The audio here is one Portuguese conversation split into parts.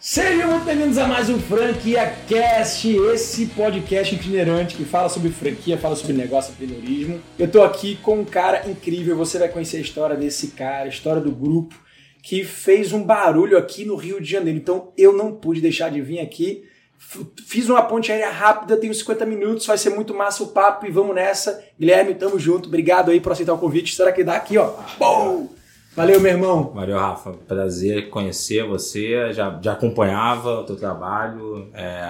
Sejam muito bem-vindos a mais um Franquia Cast, esse podcast itinerante que fala sobre franquia, fala sobre negócio, empreendedorismo. Eu tô aqui com um cara incrível, você vai conhecer a história desse cara, a história do grupo que fez um barulho aqui no Rio de Janeiro. Então eu não pude deixar de vir aqui, fiz uma ponte aérea rápida, tenho 50 minutos, vai ser muito massa o papo e vamos nessa. Guilherme, tamo junto, obrigado aí por aceitar o convite. Será que dá aqui, ó? Bom! Valeu, meu irmão. Valeu, Rafa. Prazer conhecer você. Já acompanhava o teu trabalho.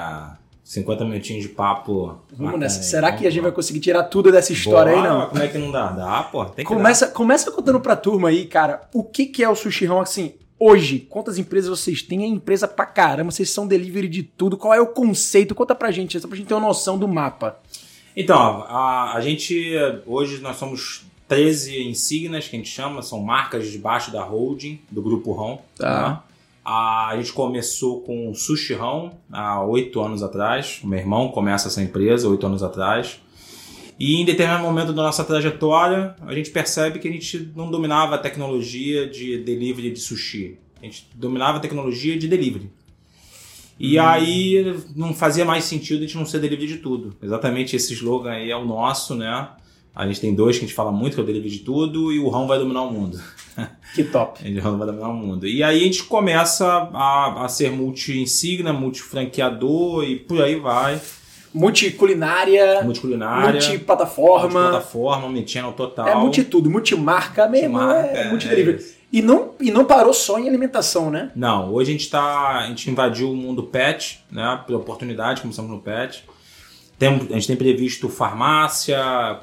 50 minutinhos de papo. Vamos nessa. Será que a gente vai conseguir tirar tudo dessa história aí, não? Como é que não dá? Dá, pô. Tem que começa contando pra turma aí, cara, o que é o Sushi Home, assim, hoje? Quantas empresas vocês têm? É empresa pra caramba, vocês são delivery de tudo. Qual é o conceito? Conta pra gente, só pra gente ter uma noção do mapa. Então, a gente, hoje nós somos 13 insígnias, que a gente chama, são marcas debaixo da holding do Grupo Home. Tá. Né? A gente começou com o Sushi Home há 8 anos atrás. O meu irmão começa essa empresa 8 anos atrás. E em determinado momento da nossa trajetória, a gente percebe que a gente não dominava a tecnologia de delivery de sushi. A gente dominava a tecnologia de delivery. E aí não fazia mais sentido a gente não ser delivery de tudo. Exatamente esse slogan aí é o nosso, né? A gente tem dois que a gente fala muito, que é o delivery de tudo e o Home vai dominar o mundo. Que top. O Home vai dominar o mundo. E aí a gente começa a ser multi-insígnia, multi-franqueador e por aí vai. Multiculinária, multiplataforma, omnichannel total. É multitudo, multimarca mesmo, multidelivery. E não parou só em alimentação, né? Não, hoje a gente invadiu o mundo pet, né? Pela oportunidade, começamos no pet. A gente tem previsto farmácia,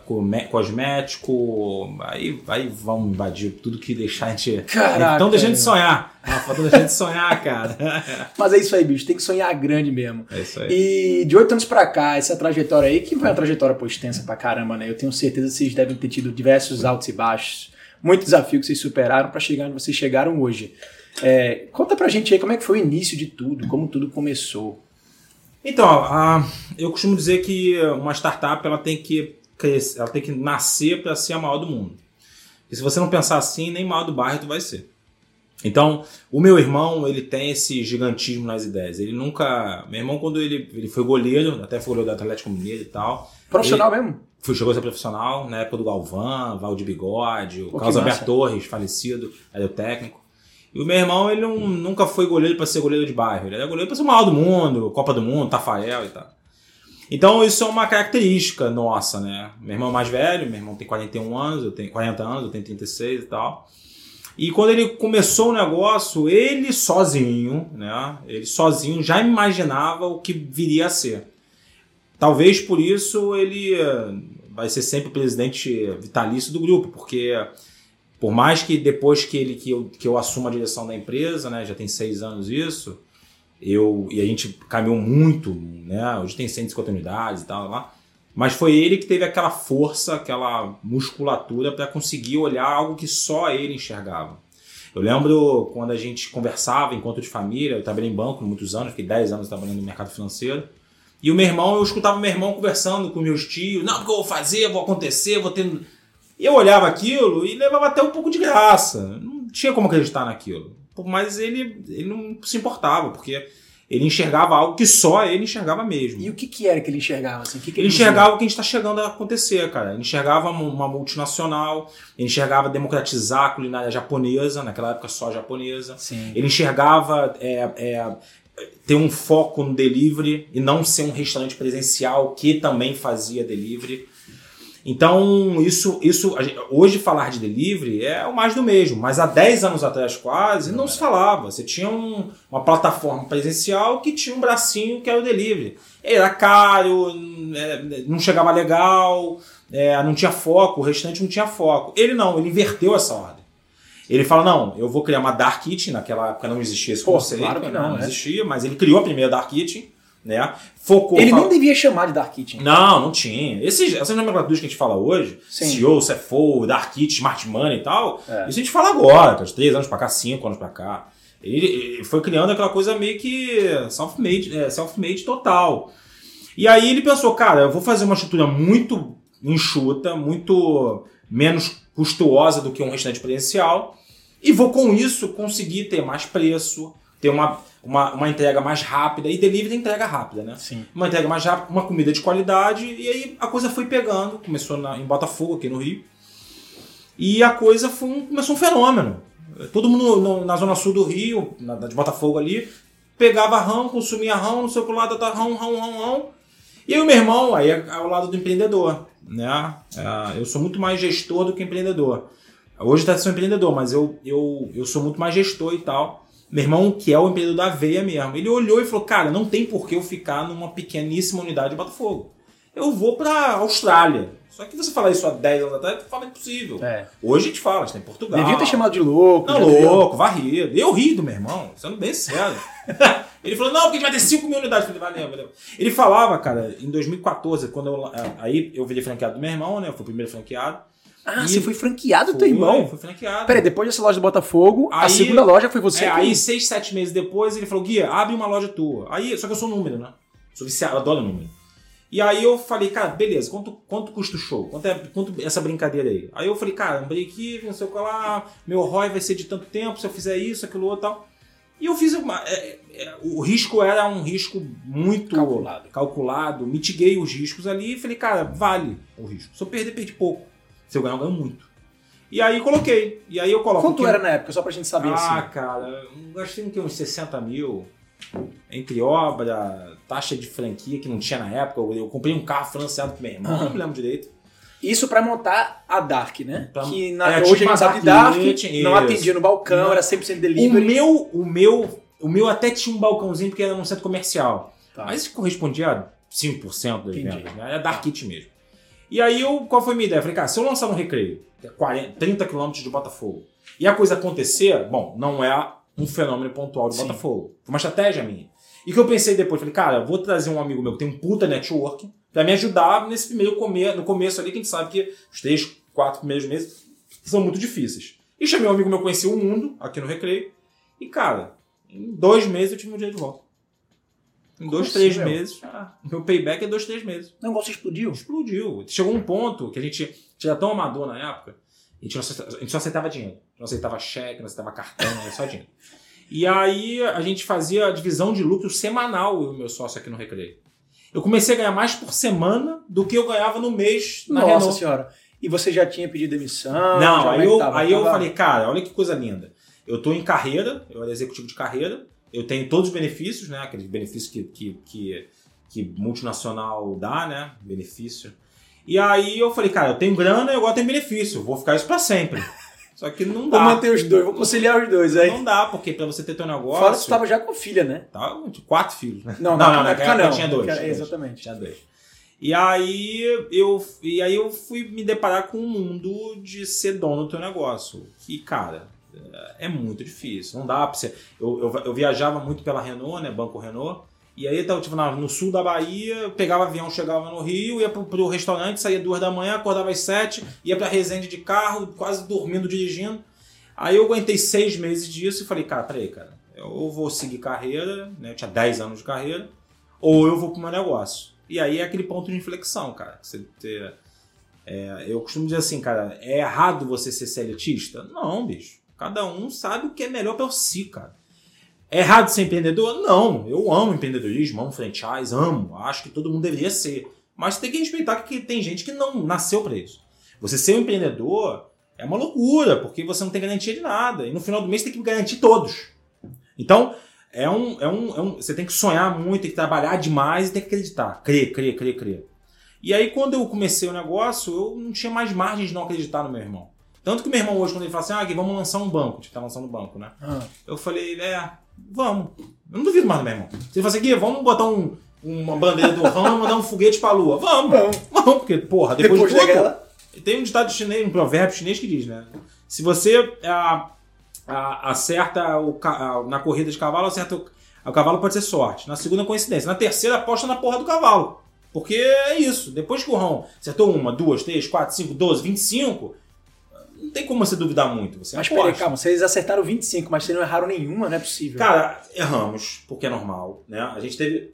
cosmético, aí vamos invadir tudo que deixar a gente... Caraca! Estão deixando de sonhar. Estão deixando de sonhar, cara. Mas é isso aí, bicho. Tem que sonhar grande mesmo. É isso aí. E de 8 anos pra cá, essa trajetória aí, que foi uma trajetória extensa pra caramba, né? Eu tenho certeza que vocês devem ter tido diversos altos e baixos, muito desafio que vocês superaram pra chegar onde vocês chegaram hoje. Conta pra gente aí como é que foi o início de tudo, como tudo começou. Então, eu costumo dizer que uma startup ela tem que crescer, ela tem que nascer para ser a maior do mundo. E se você não pensar assim, nem maior do bairro tu vai ser. Então, o meu irmão, ele tem esse gigantismo nas ideias. Meu irmão, quando ele foi goleiro, até foi goleiro do Atlético Mineiro e tal. Profissional mesmo? Chegou a ser profissional, na época do Galvão, Valdir Bigode, o Carlos Alberto Torres, falecido, era o técnico. E o meu irmão, ele nunca foi goleiro para ser goleiro de bairro. Ele era goleiro para ser o maior do mundo, Copa do Mundo, Tafarel e tal. Então, isso é uma característica nossa, né? Meu irmão é mais velho, meu irmão tem 41 anos, eu tenho 40 anos, eu tenho 36 e tal. E quando ele começou o negócio, ele sozinho já imaginava o que viria a ser. Talvez por isso ele vai ser sempre o presidente vitalício do grupo, porque... Por mais que depois que eu assuma a direção da empresa, né, já tem 6 anos isso, e a gente caminhou muito, né, hoje tem 150 unidades e tal, lá, mas foi ele que teve aquela força, aquela musculatura para conseguir olhar algo que só ele enxergava. Eu lembro quando a gente conversava, encontro de família, eu trabalhei em banco por muitos anos, fiquei 10 anos trabalhando no mercado financeiro, e eu escutava meu irmão conversando com meus tios, não, porque eu vou fazer, vou acontecer, vou ter... E eu olhava aquilo e levava até um pouco de graça. Não tinha como acreditar naquilo. Mas ele não se importava, porque ele enxergava algo que só ele enxergava mesmo. E o que era que ele enxergava? Assim? Ele enxergava o que a gente está chegando a acontecer, cara. Ele enxergava uma multinacional, ele enxergava democratizar a culinária japonesa, naquela época só japonesa. Sim. Ele enxergava ter um foco no delivery e não ser um restaurante presencial que também fazia delivery. Então, hoje falar de delivery é o mais do mesmo, mas há 10 anos atrás quase não se falava. Você tinha uma plataforma presencial que tinha um bracinho que era o delivery. Era caro, não chegava legal, não tinha foco, o restante não tinha foco. Ele inverteu essa ordem. Ele fala, não, eu vou criar uma Dark Kitchen, naquela época não existia esse conceito. Claro que não existia, mas ele criou a primeira Dark Kitchen. Né? Ele nem devia chamar de Dark Kitchen. Não tinha. Essas nomenclaturas que a gente fala hoje, CEO, CFO, Dark Kitchen, Smart Money e tal, isso a gente fala agora, de 3 anos pra cá, 5 anos pra cá. Ele foi criando aquela coisa meio que self-made total. E aí ele pensou, cara, eu vou fazer uma estrutura muito enxuta, muito menos custosa do que um restaurante presencial, e vou com isso conseguir ter mais preço, ter uma entrega mais rápida, e delivery é entrega rápida, né? Sim. Uma entrega mais rápida, uma comida de qualidade, e aí a coisa foi pegando, começou em Botafogo, aqui no Rio, e a coisa começou um fenômeno. Todo mundo na zona sul do Rio, de Botafogo ali, pegava rão, consumia rão, não sei o que lado, rão. E aí o meu irmão, aí é ao lado do empreendedor, né? Eu sou muito mais gestor do que empreendedor. Hoje sou empreendedor, mas eu sou muito mais gestor e tal. Meu irmão, que é o empreendedor da veia mesmo, ele olhou e falou, cara, não tem por que eu ficar numa pequeníssima unidade de Botafogo. Eu vou pra Austrália. Só que você falar isso há 10 anos atrás, fala impossível. Hoje a gente fala, a gente tá em Portugal. Devia ter chamado de louco. Não, louco, varrido. Eu ri do meu irmão, sendo bem sério. Ele falou, não, porque a gente vai ter 5 mil unidades. Eu falei, valeu. Ele falava, cara, em 2014, quando aí eu virei franqueado do meu irmão, né? Eu fui o primeiro franqueado. Você foi franqueado do teu irmão? Fui franqueado. Peraí, depois dessa loja do Botafogo, a segunda loja foi você? Aí 6, 7 meses depois, ele falou, Guia, abre uma loja tua. Aí, só que eu sou número, né? Sou viciado, eu adoro número. E aí eu falei, cara, beleza, quanto custa o show? Quanto essa brincadeira aí? Aí eu falei, cara, um break-even, não sei o que lá, meu ROI vai ser de tanto tempo, se eu fizer isso, aquilo outro e tal. E eu fiz o risco era um risco muito calculado, mitiguei os riscos ali e falei, cara, vale o risco. Se eu perdi pouco. Se eu ganhar, eu ganho muito. E aí coloquei. E aí eu coloco. Quanto era na época, só pra gente saber assim? Cara, eu gastei uns 60 mil. Entre obra, taxa de franquia que não tinha na época. Eu comprei um carro financiado com meu irmão, não me lembro direito. Isso pra montar a Dark, né? Então, que hoje a gente sabe Dark, não atendia no balcão, era 100% delivery. O meu até tinha um balcãozinho porque era num centro comercial. Tá. Mas correspondia a 5% das vendas, né? Era Dark Kit mesmo. E aí, qual foi a minha ideia? Eu falei, cara, se eu lançar no Recreio, 30 km de Botafogo, e a coisa acontecer, bom, não é um fenômeno pontual de Botafogo. Foi uma estratégia minha. E que eu pensei depois, falei, cara, eu vou trazer um amigo meu que tem um puta network pra me ajudar nesse no começo ali, que a gente sabe que os 3, 4 primeiros meses são muito difíceis. E chamei um amigo meu que conhecia o mundo, aqui no Recreio, e cara, em 2 meses eu tive meu dinheiro de volta. Em 2, 3 meses, meu payback é 2, 3 meses. O negócio explodiu? Explodiu. Chegou um ponto que a gente era tão amador na época, a gente só aceitava dinheiro. Não aceitava cheque, não aceitava cartão, era só dinheiro. E aí a gente fazia a divisão de lucro semanal, eu e o meu sócio aqui no Recreio. Eu comecei a ganhar mais por semana do que eu ganhava no mês na Renault. Nossa senhora. E você já tinha pedido demissão? Não, aí eu falei, cara, olha que coisa linda. Eu tô em carreira, eu era executivo de carreira, eu tenho todos os benefícios, né? Aqueles benefícios que multinacional dá, né? Benefício. E aí eu falei, cara, eu tenho grana e agora tenho benefício. Vou ficar isso pra sempre. Só que não dá. Vou manter os dois, vou conciliar os dois. Aí. Não dá, porque pra você ter teu negócio... Fala que você tava já com filha, né? Tava 4 filhos, né? Não, eu tinha 2. Exatamente. Tinha 2. E aí eu fui me deparar com um mundo de ser dono do teu negócio. Que, cara, é muito difícil. Não dá pra você... Eu viajava muito pela Renault, né? Banco Renault. E aí eu tava tipo, no sul da Bahia, eu pegava avião, chegava no Rio, ia pro restaurante, saía 2 da manhã, acordava às 7, ia pra Resende de carro, quase dormindo, dirigindo. Aí eu aguentei 6 meses disso e falei, cara, peraí, cara, eu vou seguir carreira, né? Eu tinha 10 anos de carreira, ou eu vou pro meu negócio. E aí é aquele ponto de inflexão, cara. Eu costumo dizer assim, cara, é errado você ser seletista? Não, bicho. Cada um sabe o que é melhor pra si, cara. É errado ser empreendedor? Não. Eu amo empreendedorismo, amo franchise, amo. Acho que todo mundo deveria ser. Mas você tem que respeitar que tem gente que não nasceu para isso. Você ser um empreendedor é uma loucura, porque você não tem garantia de nada. E no final do mês você tem que garantir todos. Então, você tem que sonhar muito, tem que trabalhar demais e tem que acreditar. Crer. E aí, quando eu comecei o negócio, eu não tinha mais margem de não acreditar no meu irmão. Tanto que o meu irmão hoje, quando ele fala assim, Gui, vamos lançar um banco. A gente tá lançando um banco, né? Eu falei, vamos. Eu não duvido mais do meu irmão. Se ele fala assim, Gui, vamos botar uma bandeira do ramo e mandar um foguete pra lua. Vamos, porque, porra, depois de tudo... Tem um ditado chinês, um provérbio chinês que diz, né? Se você acerta na corrida de cavalo, o cavalo pode ser sorte. Na segunda, coincidência. Na terceira, aposta na porra do cavalo. Porque é isso. Depois que o ramo acertou 1, 2, 3, 4, 5, 12, 25... Não tem como você duvidar muito. Mas peraí, calma, vocês acertaram 25, mas vocês não erraram nenhuma, não é possível. Cara, erramos, porque é normal, né? A gente teve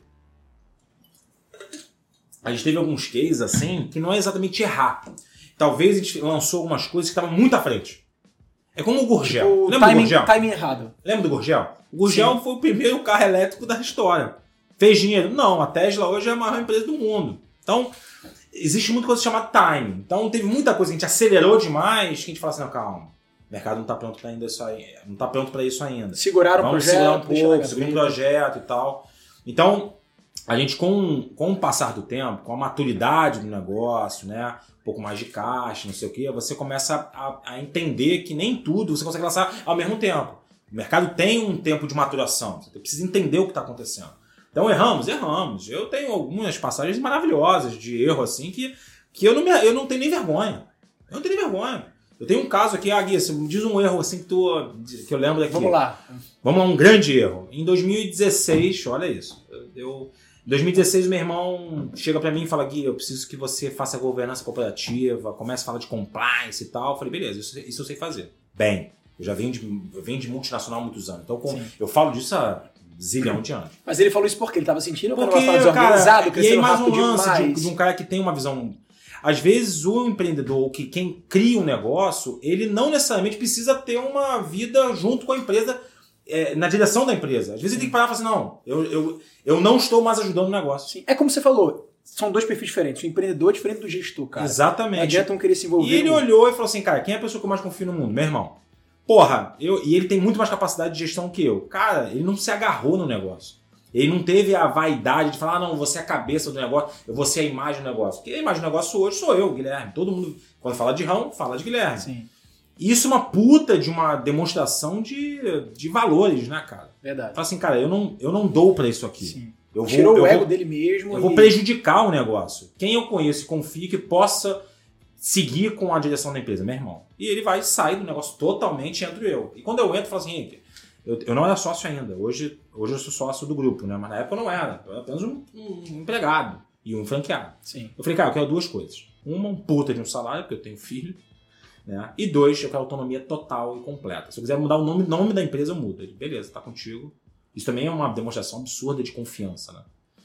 alguns cases assim, que não é exatamente errar. Talvez a gente lançou algumas coisas que estavam muito à frente. É como o Gurgel. Tipo, Lembra do Gurgel? Timing errado. Lembra do Gurgel? O Gurgel foi o primeiro carro elétrico da história. Fez dinheiro? Não, a Tesla hoje é a maior empresa do mundo. Então, existe muita coisa chamada timing. Então, teve muita coisa que a gente acelerou demais, que a gente fala assim, não, calma, o mercado não está pronto para isso aí, não está pronto para isso ainda. Seguraram o projeto. Segurar um pouco, segurar um projeto e tal. Então, a gente, com o passar do tempo, com a maturidade do negócio, né, um pouco mais de caixa, não sei o quê, você começa a entender que nem tudo você consegue lançar ao mesmo tempo. O mercado tem um tempo de maturação. Você precisa entender o que está acontecendo. Então, erramos. Eu tenho algumas passagens maravilhosas de erro, assim, que eu não tenho nem vergonha. Eu não tenho nem vergonha. Eu tenho um caso aqui, Gui, você me diz um erro assim que eu lembro daqui. Vamos lá, um grande erro. Em 2016, olha isso. Em 2016, o meu irmão chega pra mim e fala, Gui, eu preciso que você faça governança corporativa, comece a falar de compliance e tal. Eu falei, beleza, isso eu sei fazer. Bem, eu venho de multinacional há muitos anos. Então, eu falo disso há zilhão de anos. Mas ele falou isso porque ele estava sentindo porque, estava desorganizado, crescendo mais um lance de um cara que tem uma visão. Às vezes o empreendedor, quem cria um negócio, ele não necessariamente precisa ter uma vida junto com a empresa, na direção da empresa. Às vezes ele tem que parar e falar assim, não, eu não estou mais ajudando o negócio. Sim. É como você falou, são dois perfis diferentes. O empreendedor é diferente do gestor, cara. Exatamente. Não adianta um querer se envolver. E ele olhou e falou assim, cara, quem é a pessoa que eu mais confio no mundo? Meu irmão. Porra, e ele tem muito mais capacidade de gestão que eu. Cara, ele não se agarrou no negócio. Ele não teve a vaidade de falar, não, você é a cabeça do negócio, eu vou ser a imagem do negócio. Porque a imagem do negócio hoje sou eu, Guilherme. Todo mundo, quando fala de Rão, fala de Guilherme. Sim. Isso é uma puta de uma demonstração de valores, né, cara? Verdade. Fala assim, cara, eu não dou pra isso aqui. Sim. Tirou o ego dele mesmo. Eu vou prejudicar o negócio. Quem eu conheço e confio que possa seguir com a direção da empresa, meu irmão. E ele vai sair do negócio totalmente, entro eu. E quando eu entro, eu falo assim, eu não era sócio ainda. Hoje eu sou sócio do grupo, né? Mas na época eu não era. Eu era apenas um empregado e um franqueado. Sim. Eu falei, cara, eu quero duas coisas. Uma, um puta de um salário, porque eu tenho filho. Né? E dois, eu quero autonomia total e completa. Se eu quiser mudar o nome da empresa, eu mudo. Ele, beleza, tá contigo. Isso também é uma demonstração absurda de confiança, né?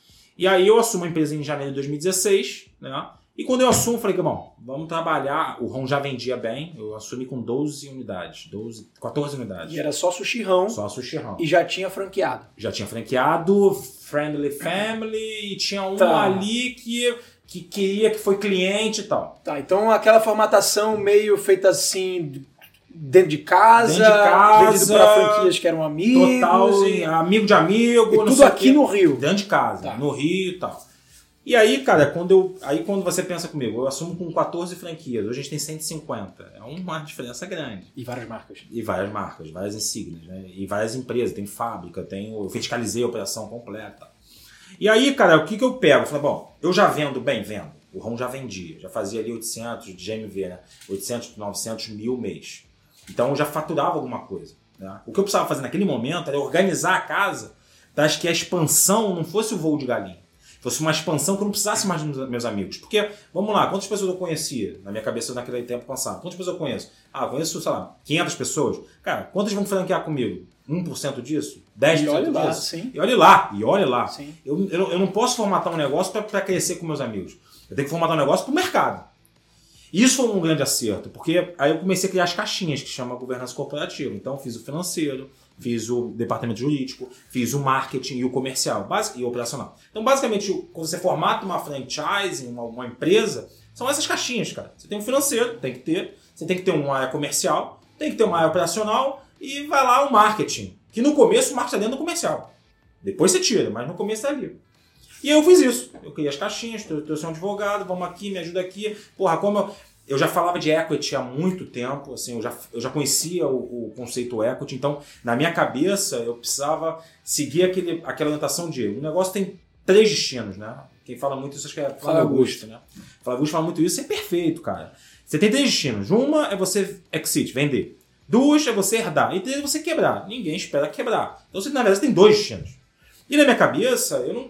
E aí eu assumo a empresa em janeiro de 2016, né? E quando eu assumo, eu falei, bom, vamos trabalhar. O Rão já vendia bem, eu assumi com 12 unidades, 14 unidades. E era só Sushi Rão. Só Sushi Rão. E já tinha franqueado. Já tinha franqueado, Friendly Family, e tinha um ali que queria, que foi cliente e tal. Tá, então aquela formatação meio feita assim, dentro de casa vendido para franquias que eram amigos. Total, amigo de amigo. E tudo aqui no Rio. Dentro de casa, no Rio e tal. E aí, cara, quando você pensa comigo, eu assumo com 14 franquias, hoje a gente tem 150. É uma diferença grande. E várias marcas. Várias insígnias, né? E várias empresas, tem fábrica, eu fiscalizei a operação completa. E aí, cara, o que eu pego? Eu falei, bom, eu já vendo bem, vendo. O Rão já vendia, já fazia ali 800 de GMV, né? 800, 900 mil mês. Então eu já faturava alguma coisa. Né? O que eu precisava fazer naquele momento era organizar a casa para que a expansão não fosse o voo de galinha. Fosse uma expansão que eu não precisasse mais dos meus amigos. Porque, vamos lá, quantas pessoas eu conhecia na minha cabeça naquele tempo passado? Quantas pessoas eu conheço? Conheço, sei lá, 500 pessoas. Cara, quantas vão franquear comigo? 1% disso? 10% e olha lá, disso? Sim. E olha lá. Sim. Eu não posso formatar um negócio para crescer com meus amigos. Eu tenho que formatar um negócio para o mercado. Isso foi um grande acerto, porque aí eu comecei a criar as caixinhas que chama governança corporativa. Então, fiz o financeiro, fiz o departamento jurídico, fiz o marketing e o comercial e o operacional. Então, basicamente, quando você formata uma franchise, uma empresa, são essas caixinhas, cara. Você tem um financeiro, tem que ter. Você tem que ter uma área comercial, tem que ter uma área operacional e vai lá o marketing. Que no começo o marketing é dentro do comercial. Depois você tira, mas no começo é ali. E aí eu fiz isso. Eu criei as caixinhas, trouxe um advogado, vamos aqui, me ajuda aqui. Porra, como eu já falava de equity há muito tempo, assim, eu já conhecia o conceito equity, então na minha cabeça eu precisava seguir aquela orientação de o negócio tem 3 destinos, né? Quem fala muito isso acho que é Flávio Augusto, né? Flávio Augusto fala muito isso, é perfeito, cara. Você tem 3 destinos. Uma é você exit, vender. 2 é você herdar. E 3 é você quebrar. Ninguém espera quebrar. Então você, na verdade, tem 2 destinos. E na minha cabeça, eu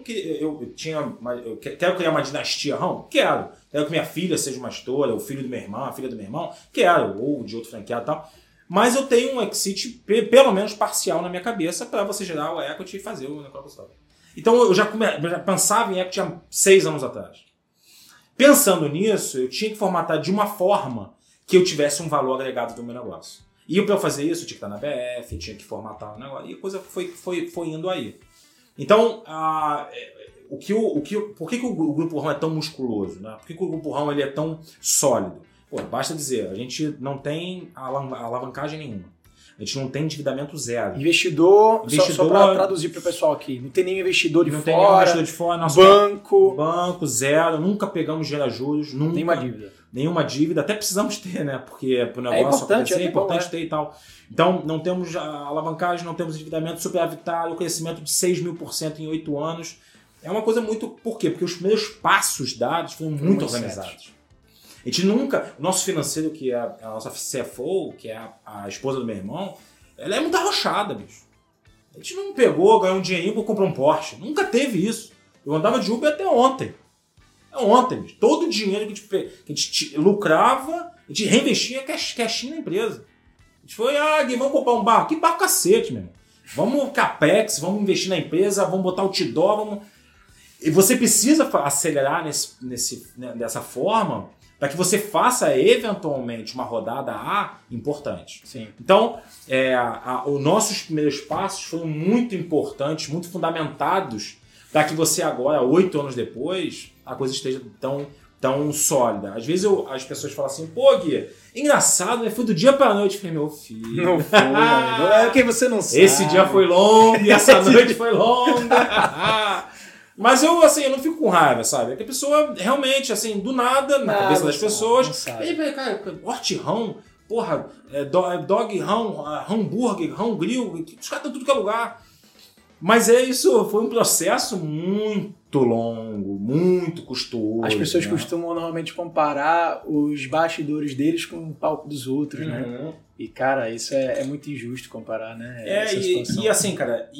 quero criar uma dinastia Rão? Quero. Quero que minha filha seja uma gestora, o filho do meu irmão, a filha do meu irmão? Quero. Ou de outro franqueado e tal. Mas eu tenho um exit, pelo menos parcial, na minha cabeça para você gerar o equity e fazer o negócio. Então eu já pensava em equity há 6 anos atrás. Pensando nisso, eu tinha que formatar de uma forma que eu tivesse um valor agregado do meu negócio. E para eu fazer isso, eu tinha que estar na BF, tinha que formatar o negócio, e a coisa foi indo aí. Então, por que o Grupo Rão é tão musculoso? Né? Por que o Grupo Rão ele é tão sólido? Pô, basta dizer, a gente não tem alavancagem nenhuma. A gente não tem endividamento zero. Investidor só para traduzir para o pessoal aqui, não tem nenhum investidor de fora. Não tem nenhum investidor de fora. Nosso banco, zero. Nunca pegamos juros, nunca. Nenhuma dívida. Até precisamos ter, né? Porque para o negócio acontecer é importante ter e tal. Então, não temos alavancagem, não temos endividamento superavitário, crescimento de 6.000% em 8 anos. É uma coisa muito... Por quê? Porque os primeiros passos dados foram muito organizados. A gente nunca... O nosso financeiro, que é a nossa CFO, que é a esposa do meu irmão, ela é muito arrochada, bicho. A gente não pegou, ganhou um dinheirinho pra comprar um Porsche. Nunca teve isso. Eu andava de Uber até ontem. Bicho. Todo o dinheiro que a gente lucrava, a gente reinvestia cashinho na empresa. A gente foi, Gui, vamos comprar um barco. Que barco cacete, meu irmão. Vamos capex, vamos investir na empresa, vamos botar outdoor, vamos... E você precisa acelerar dessa forma para que você faça eventualmente uma rodada importante. Sim. Então, os nossos primeiros passos foram muito importantes, muito fundamentados para que você agora, 8 anos depois, a coisa esteja tão sólida. Às vezes as pessoas falam assim, pô, Gui, engraçado, né? Foi do dia para a noite. Eu falei, meu filho... Não foi, é porque você não sabe. Esse dia foi longo e essa noite foi longa. Mas eu não fico com raiva, sabe? É que a pessoa realmente, assim, do nada, na cabeça das pessoas... Aí, cara, horti-rão, porra, dog rão, hambúrguer, rão grill, os caras estão tudo que é lugar. Mas isso foi um processo muito longo, muito custoso. As pessoas costumam normalmente comparar os bastidores deles com o palco dos outros, né? E, cara, isso é muito injusto comparar, né? E assim, cara,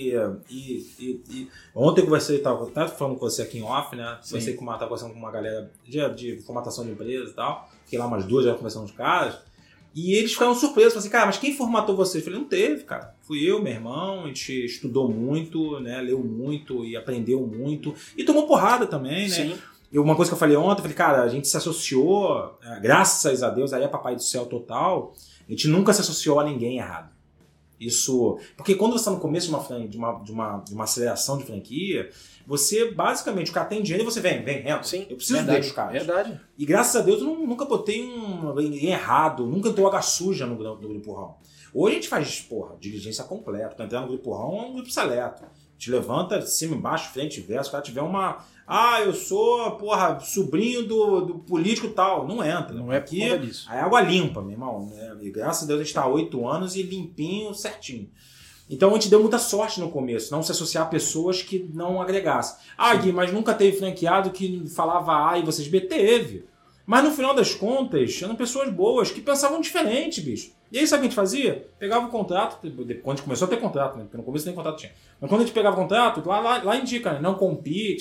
ontem eu conversei, tava falando com você aqui em off, né? Tava conversando com uma galera de formatação de empresa e tal. Fiquei lá umas 2 já conversando com os caras. E eles ficaram surpresos, falaram assim, cara, mas quem formatou vocês? Eu falei, não teve, cara. Fui eu, meu irmão, a gente estudou muito, né? Leu muito e aprendeu muito. E tomou porrada também, né? Sim. Uma coisa que eu falei ontem, eu falei, cara, a gente se associou, graças a Deus, aí é papai do céu total, a gente nunca se associou a ninguém errado. Isso... Porque quando você está no começo de uma aceleração de franquia, você, basicamente, o cara tem dinheiro e você vem, entra. Sim, eu preciso dos caras. Verdade. E graças a Deus eu nunca botei ninguém errado, nunca entrou água suja no Grupo Rão. Hoje a gente faz, diligência completa. Pra entrar no Grupo Rão é um grupo seleto. A gente levanta de cima, embaixo, frente e verso. O cara tiver uma... eu sou, sobrinho do político e tal. Não entra. Não é por conta disso. Aí é água limpa, meu irmão. Né? E graças a Deus a gente está há 8 anos e limpinho, certinho. Então a gente deu muita sorte no começo, não se associar a pessoas que não agregassem. Gui, mas nunca teve franqueado que falava A e vocês B? Teve. Mas no final das contas, eram pessoas boas que pensavam diferente, bicho. E aí sabe o que a gente fazia? Pegava o contrato, quando a gente começou a ter contrato, né? Porque no começo nem contrato tinha. Mas quando a gente pegava o contrato, lá indica, né? Não compete,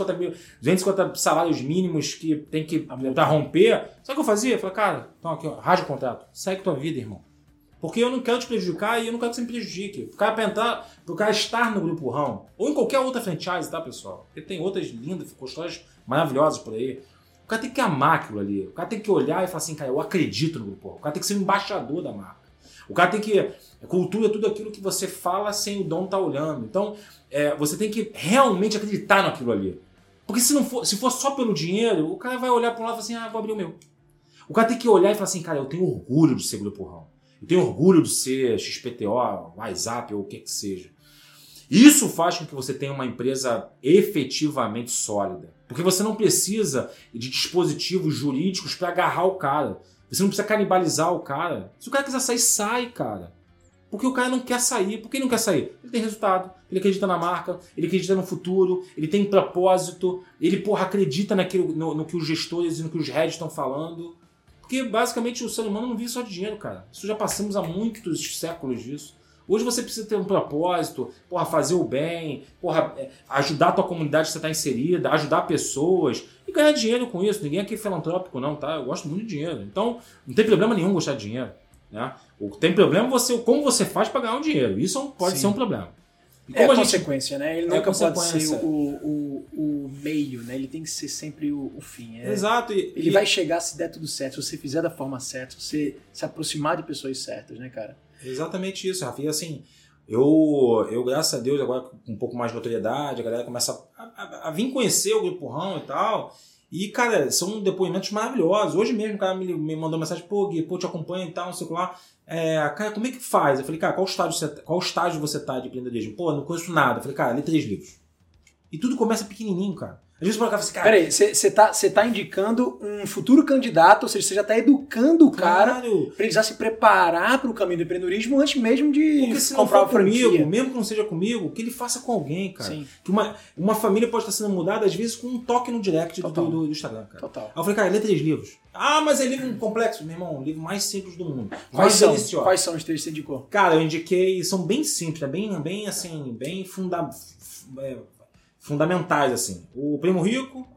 250 salários mínimos que tem que romper. Sabe o que eu fazia? Eu falei, cara, então aqui, rasga o contrato, segue tua vida, irmão. Porque eu não quero te prejudicar e eu não quero que você me prejudique. Pro cara estar no Grupo Rão, ou em qualquer outra franchise, tá, pessoal? Porque tem outras lindas, histórias maravilhosas por aí. O cara tem que amar aquilo ali. O cara tem que olhar e falar assim, cara, eu acredito no Grupo Rão. O cara tem que ser um embaixador da marca. O cara tem que... Cultura é tudo aquilo que você fala sem o dono estar olhando. Então, você tem que realmente acreditar naquilo ali. Porque se for só pelo dinheiro, o cara vai olhar para um lado e falar assim, vou abrir o meu. O cara tem que olhar e falar assim, cara, eu tenho orgulho de ser Grupo Rão. Eu tenho orgulho de ser XPTO, WhatsApp ou o que seja. Isso faz com que você tenha uma empresa efetivamente sólida. Porque você não precisa de dispositivos jurídicos para agarrar o cara. Você não precisa canibalizar o cara. Se o cara quiser sair, sai, cara. Porque o cara não quer sair. Por que ele não quer sair? Ele tem resultado, ele acredita na marca, ele acredita no futuro, ele tem propósito, ele, acredita no que os gestores e no que os heads estão falando. Porque, basicamente, o ser humano não vive só de dinheiro, cara. Isso já passamos há muitos séculos disso. Hoje você precisa ter um propósito, fazer o bem, ajudar a tua comunidade que você está inserida, ajudar pessoas e ganhar dinheiro com isso. Ninguém aqui é filantrópico, não, tá? Eu gosto muito de dinheiro. Então, não tem problema nenhum gostar de dinheiro. Né? O que tem problema é como você faz para ganhar o dinheiro. Isso pode ser um problema. É a consequência, né? Ele nunca pode ser o meio, né? Ele tem que ser sempre o fim. Exato. Ele vai chegar se der tudo certo, se você fizer da forma certa, se você se aproximar de pessoas certas, né, cara? Exatamente isso, Rafa. E assim, eu graças a Deus, agora com um pouco mais de notoriedade, a galera começa a vir conhecer o Grupo Rão e tal. E, cara, são depoimentos maravilhosos. Hoje mesmo o cara me mandou mensagem, pô, Gui, te acompanho e tal, não sei o que lá. Cara, como é que faz? Eu falei, cara, qual estágio você tá de empreendedorismo? Pô, não conheço nada. Eu falei, cara, lê 3 livros. E tudo começa pequenininho, cara. Às vezes o cara fala assim, cara... Peraí, você tá indicando um futuro candidato, ou seja, você já tá educando o cara pra ele já se preparar pro caminho do empreendedorismo antes mesmo de porque se comprar não for franquia. Comigo, mesmo que não seja comigo, que ele faça com alguém, cara. Sim. Que uma família pode estar sendo mudada, às vezes, com um toque no direct do Instagram, cara. Total. Aí eu falei, cara, lê 3 livros. Ah, mas é livro complexo. Meu irmão, o livro mais simples do mundo. Quais são os 3 que você indicou? Cara, eu indiquei, são bem simples, né? bem fundamentais, assim. O Primo Rico,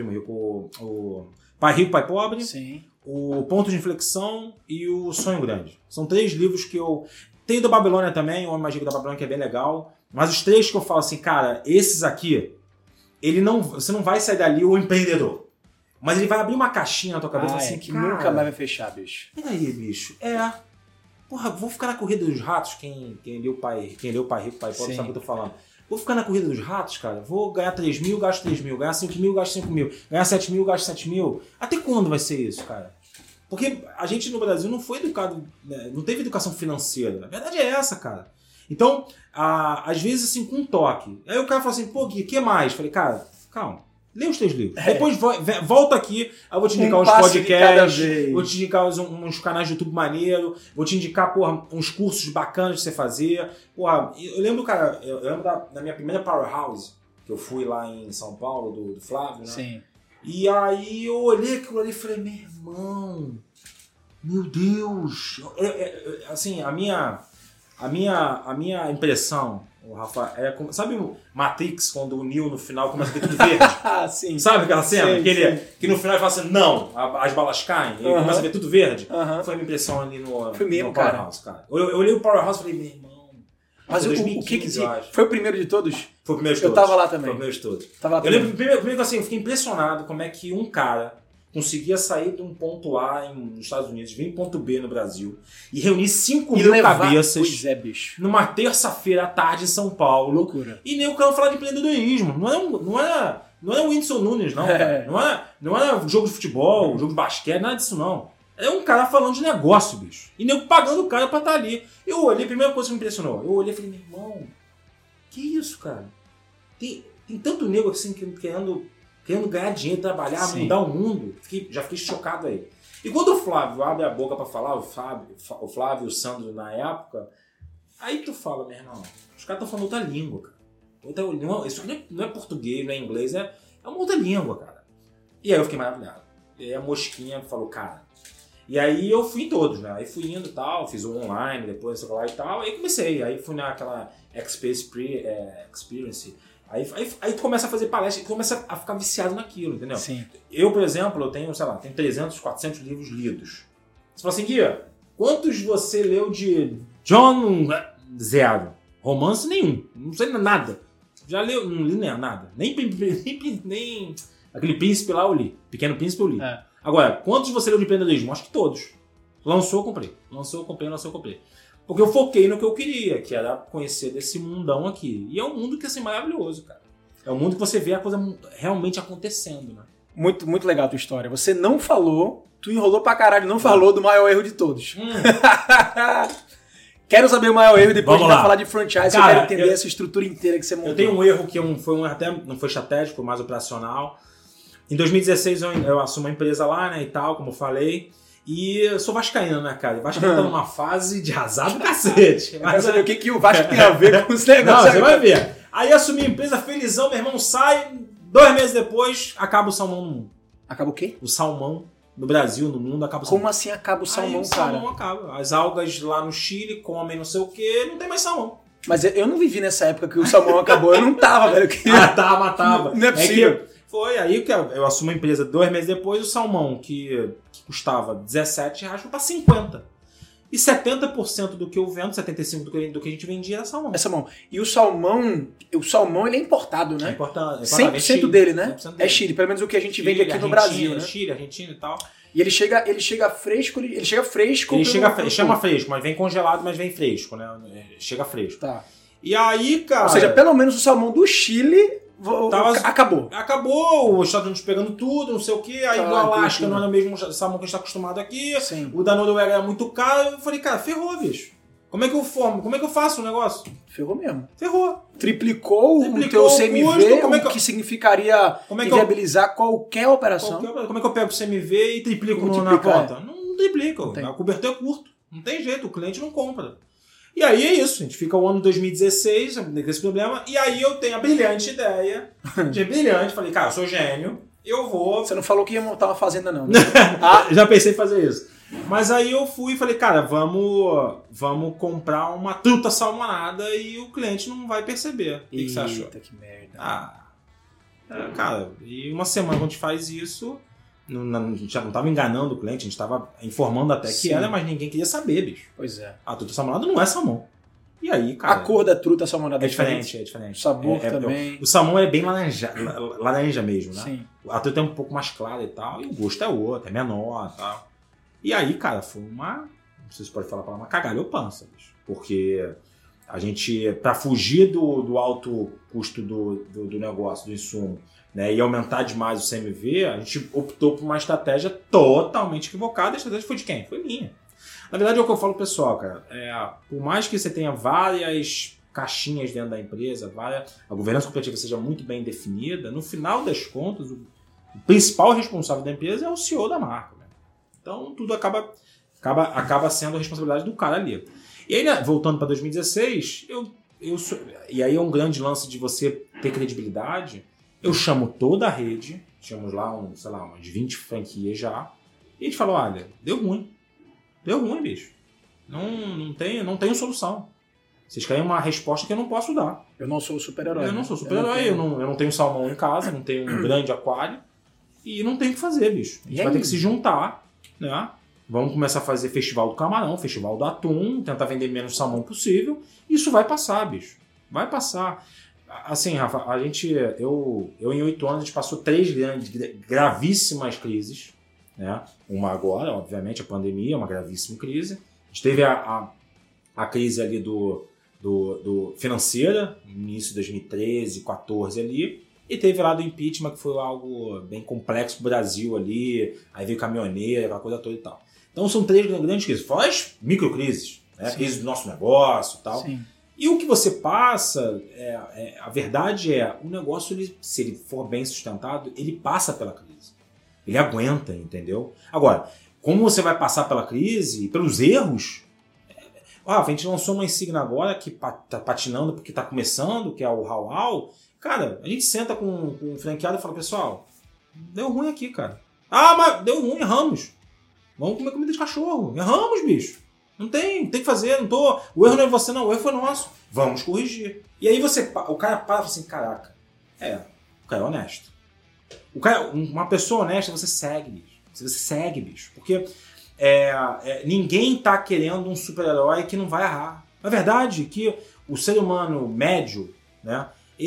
o Pai Rico, Pai Pobre, sim. O Ponto de Inflexão e o Sonho Grande. São 3 livros que eu... Tem o da Babilônia também, o Homem Mais Rico da Babilônia, que é bem legal. Mas os 3 que eu falo assim, cara, esses aqui, você não vai sair dali o empreendedor. Mas ele vai abrir uma caixinha na tua cabeça assim, que cara, nunca mais vai fechar, bicho. Peraí, bicho. Porra, vou ficar na corrida dos ratos, quem leu Pai Rico, Pai Pobre, sabe o que eu tô falando. Vou ficar na corrida dos ratos, cara. Vou ganhar 3 mil, gasto 3 mil. Ganhar 5 mil, gasto 5 mil. Ganhar 7 mil, gasto 7 mil. Até quando vai ser isso, cara? Porque a gente no Brasil não foi educado, né? Não teve educação financeira. A verdade é essa, cara. Então, às vezes, assim, com um toque. Aí o cara fala assim, pô, Gui, o que mais? Falei, cara, calma. Lê os 3 livros. Depois volta aqui, eu vou te indicar uns podcasts, vou te indicar uns canais de YouTube maneiro, vou te indicar, porra, uns cursos bacanas de você fazer. Porra, eu lembro, cara, da minha primeira Powerhouse, que eu fui lá em São Paulo, do Flávio, né? Sim. E aí eu olhei aquilo ali e falei, meu irmão, meu Deus. Assim, a minha impressão, Rafa, sabe o Matrix, quando o Neo no final começa a ver tudo verde? Sim. Sabe aquela cena? Que no final ele fala assim, não, as balas caem, e ele começa a ver tudo verde. Foi a minha impressão ali no Powerhouse, cara. Eu olhei o Powerhouse e falei, meu irmão... Mas 2015, o que foi o primeiro de todos? Foi o primeiro de todos. Eu tava lá também. Foi o primeiro de todos. Eu lembro, primeiro assim, eu fiquei impressionado como é que um cara conseguia sair de um ponto A nos Estados Unidos, vir em ponto B no Brasil e reunir 5 mil cabeças numa terça-feira à tarde em São Paulo. Loucura. E nem o cara falar de empreendedorismo. Não é o Whindersson Nunes, não. Não é jogo de futebol, jogo de basquete, nada disso, não. É um cara falando de negócio, bicho. E nego pagando o cara pra estar ali. Eu olhei, a primeira coisa que me impressionou, eu olhei e falei, meu irmão, que isso, cara? Tem tanto nego assim querendo ganhar dinheiro, trabalhar, mudar o mundo. Já fiquei chocado aí. E quando o Flávio abre a boca pra falar, o Flávio e o Sandro na época, aí tu fala, meu irmão, os caras estão falando outra língua, cara. Isso aqui não é português, não é inglês, é uma outra língua, cara. E aí eu fiquei maravilhado. E aí a Mosquinha falou, cara... E aí eu fui em todos, né? Aí fui indo e tal, fiz o online, depois sei lá e tal, aí comecei. Aí fui naquela Experience... Aí tu começa a fazer palestra e começa a ficar viciado naquilo, entendeu? Sim. Eu, por exemplo, eu tenho 300, 400 livros lidos. Você fala assim, Guia, quantos você leu de John? 0. Romance nenhum. Não sei nada. Já leu? Não li nada. Nem aquele Príncipe lá eu li. Pequeno Príncipe eu li. Agora, quantos você leu de empreendedorismo? Acho que todos. Lançou, eu comprei. Lançou, eu comprei. Porque eu foquei no que eu queria, que era conhecer desse mundão aqui. E é um mundo que é assim, maravilhoso, cara. É um mundo que você vê a coisa realmente acontecendo, né? Muito, muito legal a tua história. Você não falou, tu enrolou pra caralho, não falou do maior erro de todos. Quero saber o maior erro, depois a gente vai falar de franchise, cara, eu quero entender essa estrutura inteira que você montou. Eu tenho um erro que foi um erro até, não foi estratégico, foi mais operacional. Em 2016 eu assumo uma empresa lá, né, e tal, como eu falei. E eu sou vascaíno, né, cara? O Vasco tá numa fase de azar do cacete. Mas quero saber o que o Vasco tem a ver com os negócios. Não, você vai ver. Aí assumi a empresa, felizão, meu irmão sai, 2 meses depois, acaba o salmão no mundo. Acaba o quê? O salmão no Brasil, no mundo, acaba o salmão. Como assim acaba o salmão, aí, cara? O salmão acaba. As algas lá no Chile comem não sei o quê, não tem mais salmão. Mas eu não vivi nessa época que o salmão acabou, eu não tava, velho. Tava. Não é possível. Foi aí que eu assumo a empresa 2 meses depois, o salmão que custava R$17 foi para 50. E 70% do que eu vendo, 75% do que a gente vendia é salmão. É salmão. E o salmão ele é importado, né? É importante. 100% dele, né? 100% dele. É Chile, pelo menos o que a gente Chile, vende aqui no Brasil, né? Chile, Argentina e tal. E ele chega fresco. Ele chama fresco, mas vem congelado, mas vem fresco, né? Chega fresco. Tá. E aí, cara... Ou seja, pelo menos o salmão do Chile acabou. Acabou, os Estados Unidos pegando tudo, não sei o quê. Aí do Alasca não era o mesmo salmão que a gente tá acostumado aqui. Sim. O da Noruega era muito caro. Eu falei, cara, ferrou, bicho. Como é que eu formo? Como é que eu faço o negócio? Ferrou mesmo. Ferrou. Triplicou o teu CMV, o que significaria inviabilizar qualquer operação. Como é que eu pego o CMV e triplico na conta? Não triplica. A cobertura é curto. Não tem jeito, o cliente não compra. E aí é isso, a gente fica o ano 2016 com esse problema, e aí eu tenho a brilhante ideia, falei, cara, eu sou gênio, eu vou... Você não falou que ia montar uma fazenda não, né? Já pensei em fazer isso. Mas aí eu fui e falei, cara, vamos comprar uma truta salmonada e o cliente não vai perceber. O que você achou? Eita, que merda. Cara, e uma semana quando a gente faz isso... A gente já não estava enganando o cliente, a gente estava informando até que era, mas ninguém queria saber, bicho. Pois é. A truta salmonada não é salmão. E aí, cara... A cor da truta salmonada é diferente. O sabor também. O salmão é bem laranja mesmo, né? Sim. A truta é um pouco mais clara e tal, e o gosto é outro, é menor e tal. E aí, cara, foi não sei se pode falar a palavra, uma cagalhopança, bicho. Porque a gente, para fugir do alto custo do negócio, do insumo, né, e aumentar demais o CMV, a gente optou por uma estratégia totalmente equivocada. A estratégia foi de quem? Foi minha. Na verdade, é o que eu falo pro pessoal, cara. Por mais que você tenha várias caixinhas dentro da empresa, a governança corporativa seja muito bem definida, no final das contas, o principal responsável da empresa é o CEO da marca. Né? Então, tudo acaba sendo a responsabilidade do cara ali. E aí, voltando para 2016, e aí é um grande lance de você ter credibilidade. Eu chamo toda a rede, tínhamos lá, umas 20 franquias já, e a gente falou, olha, deu ruim, bicho. Não tenho solução. Vocês querem uma resposta que eu não posso dar. Eu não sou o super-herói. Eu não sou super-herói, eu não tenho salmão em casa, não tenho um grande aquário, e não tem o que fazer, bicho. A gente vai ter que se juntar, né? Vamos começar a fazer festival do camarão, festival do atum, tentar vender menos salmão possível. Isso vai passar, bicho. Vai passar. Assim, Rafa, eu em 8 anos a gente passou 3 gravíssimas crises, né? Uma agora, obviamente, a pandemia, uma gravíssima crise. A gente teve a crise ali do financeira, no início de 2013, 2014 ali, e teve lá do impeachment, que foi algo bem complexo pro Brasil ali, aí veio caminhoneiro, aquela coisa toda e tal. Então são 3 grandes crises, fora as microcrises, né? Crise do nosso negócio e tal. Sim. E o que você passa, a verdade o negócio, se ele for bem sustentado, ele passa pela crise. Ele aguenta, entendeu? Agora, como você vai passar pela crise, pelos erros... a gente lançou uma insígnia agora que tá patinando porque tá começando, que é o Hau-Hau. Cara, a gente senta com um franqueado e fala, pessoal, deu ruim aqui, cara. Mas deu ruim, erramos. Vamos comer comida de cachorro. Erramos, bicho. Não tem que fazer, o erro não é você não, o erro foi nosso. Vamos corrigir. E aí o cara para e fala assim, caraca, o cara é honesto. Uma pessoa honesta, você segue, bicho. Você segue, bicho. Porque ninguém tá querendo um super-herói que não vai errar. Na verdade, que o ser humano médio, né,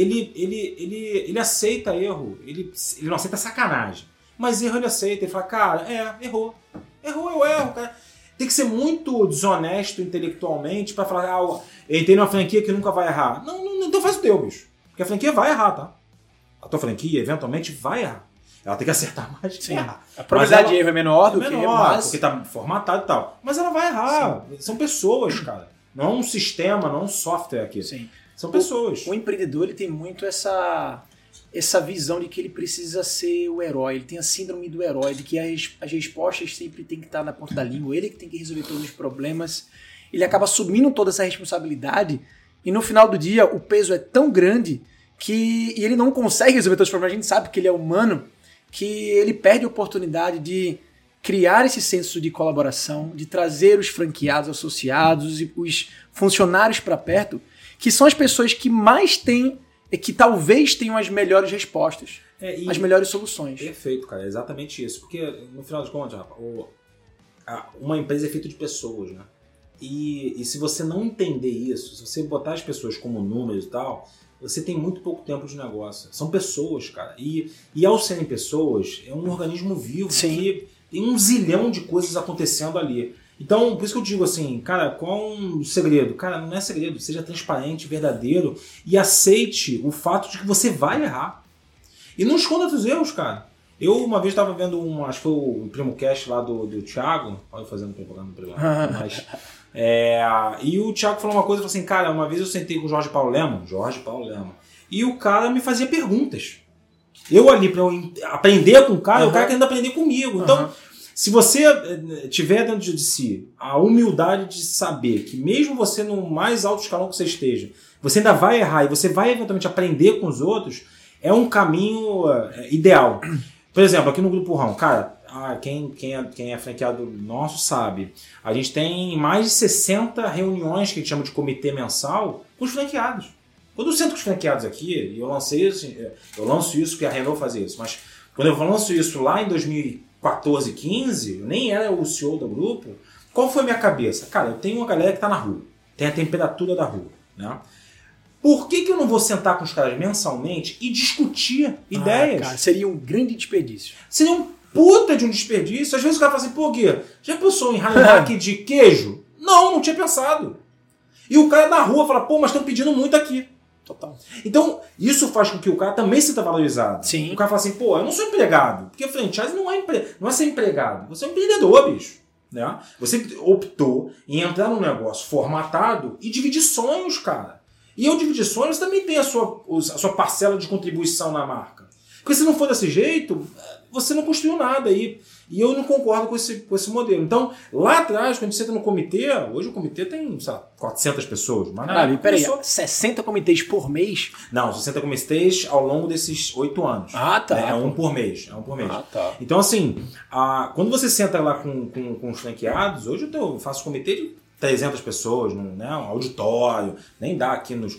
ele aceita erro, ele não aceita sacanagem. Mas erro ele aceita, ele fala, cara, errou. Errou, eu erro, cara. Tem que ser muito desonesto intelectualmente pra falar, eu entrei numa franquia que nunca vai errar. Não, então faz o teu, bicho. Porque a franquia vai errar, tá? A tua franquia, eventualmente, vai errar. Ela tem que acertar mais que errar. A probabilidade de erro é menor do que mas... porque tá formatado e tal. Mas ela vai errar. Sim. São pessoas, cara. Não é um sistema, não é um software aqui. Sim. São pessoas. O empreendedor, ele tem muito essa visão de que ele precisa ser o herói, ele tem a síndrome do herói, de que as respostas sempre tem que estar na ponta da língua, ele que tem que resolver todos os problemas. Ele acaba assumindo toda essa responsabilidade e no final do dia o peso é tão grande que ele não consegue resolver todos os problemas. A gente sabe que ele é humano, que ele perde a oportunidade de criar esse senso de colaboração, de trazer os franqueados associados e os funcionários para perto, que são as pessoas que mais têm, que talvez tenham as melhores respostas, as melhores soluções. Perfeito, cara, é exatamente isso. Porque, no final das contas, uma empresa é feita de pessoas, né? E se você não entender isso, se você botar as pessoas como números e tal, você tem muito pouco tempo de negócio. São pessoas, cara. E ao serem pessoas, é um organismo vivo que tem um zilhão de coisas acontecendo ali. Então, por isso que eu digo assim, cara, qual um segredo? Cara, não é segredo. Seja transparente, verdadeiro e aceite o fato de que você vai errar. E não esconda os erros, cara. Eu uma vez estava vendo acho que foi o Primo Cast lá do Thiago, olha eu fazendo propaganda no privado, mas... e o Thiago falou uma coisa, falou assim, cara, uma vez eu sentei com o Jorge Paulo Lemann, e o cara me fazia perguntas. Eu ali, para eu aprender com o cara querendo aprender comigo. Então, se você tiver dentro de si a humildade de saber que mesmo você no mais alto escalão que você esteja, você ainda vai errar e você vai eventualmente aprender com os outros, é um caminho ideal. Por exemplo, aqui no Grupo Rão, cara, quem é franqueado nosso sabe, a gente tem mais de 60 reuniões que a gente chama de comitê mensal com os franqueados. Quando eu sento com os franqueados aqui, e eu lanço isso porque a Renault fazia isso, mas quando eu lanço isso lá em 2014, 15, eu nem era o CEO do grupo, qual foi a minha cabeça? Cara, eu tenho uma galera que está na rua, tem a temperatura da rua, né? Por que eu não vou sentar com os caras mensalmente e discutir ideias? Cara, seria um grande desperdício. Seria um puta de um desperdício. Às vezes o cara fala assim, pô, Gui, já pensou em Heineken de queijo? Não tinha pensado. E o cara na rua fala, pô, mas estão pedindo muito aqui. Total. Então, isso faz com que o cara também se sinta valorizado. Sim. O cara fala assim, pô, eu não sou empregado. Porque franchise não é ser empregado. Você é um empreendedor, bicho. Né? Você optou em entrar num negócio formatado e dividir sonhos, cara. E ao dividir sonhos, você também tem a sua parcela de contribuição na marca. Porque se não for desse jeito, você não construiu nada aí. E eu não concordo com esse modelo. Então, lá atrás, quando a gente senta no comitê, hoje o comitê tem, sei lá, 400 pessoas. Mas peraí, 60 comitês por mês? Não, 60 comitês ao longo desses 8 anos. Ah, tá. É um por mês. Ah, tá. Então, assim, quando você senta lá com os franqueados, hoje eu faço comitê de 300 pessoas, um auditório, nem dá aqui na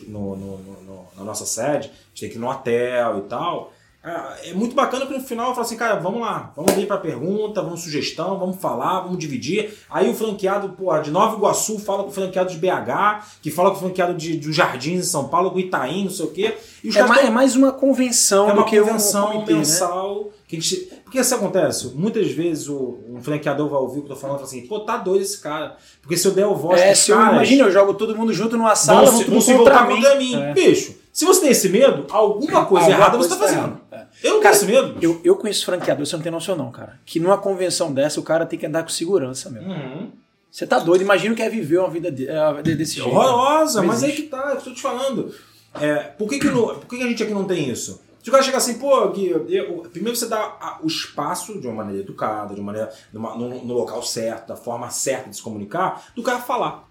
nossa sede, a gente tem que ir no hotel e tal. É muito bacana porque no final eu falo assim, cara, vamos lá, vamos abrir para pergunta, vamos sugestão, vamos falar, vamos dividir. Aí o franqueado de Nova Iguaçu fala com o franqueado de BH, que fala com o franqueado dos Jardins em São Paulo, com o Itaim, não sei o quê. E os é mais uma convenção do que uma convenção comitê, mensal. Né? Que a gente... Porque isso acontece, muitas vezes um franqueador vai ouvir o que eu tô falando e fala assim, pô, tá doido esse cara. Porque se eu der o voz pros caras... Imagina, eu jogo todo mundo junto numa sala, vão se voltar contra mim. Bicho, se você tem esse medo, alguma coisa errada você tá fazendo. Eu não tenho esse medo. Eu conheço franqueador, você não tem noção não, cara. Que numa convenção dessa, o cara tem que andar com segurança mesmo. Você tá doido, imagina o que é viver uma vida desse jeito. Horrorosa, mas aí que tá, eu tô te falando. Por que a gente aqui não tem isso? Se o cara chegar assim, pô, Gui, primeiro você dá o espaço de uma maneira educada, de uma maneira no local certo, da forma certa de se comunicar, do cara falar.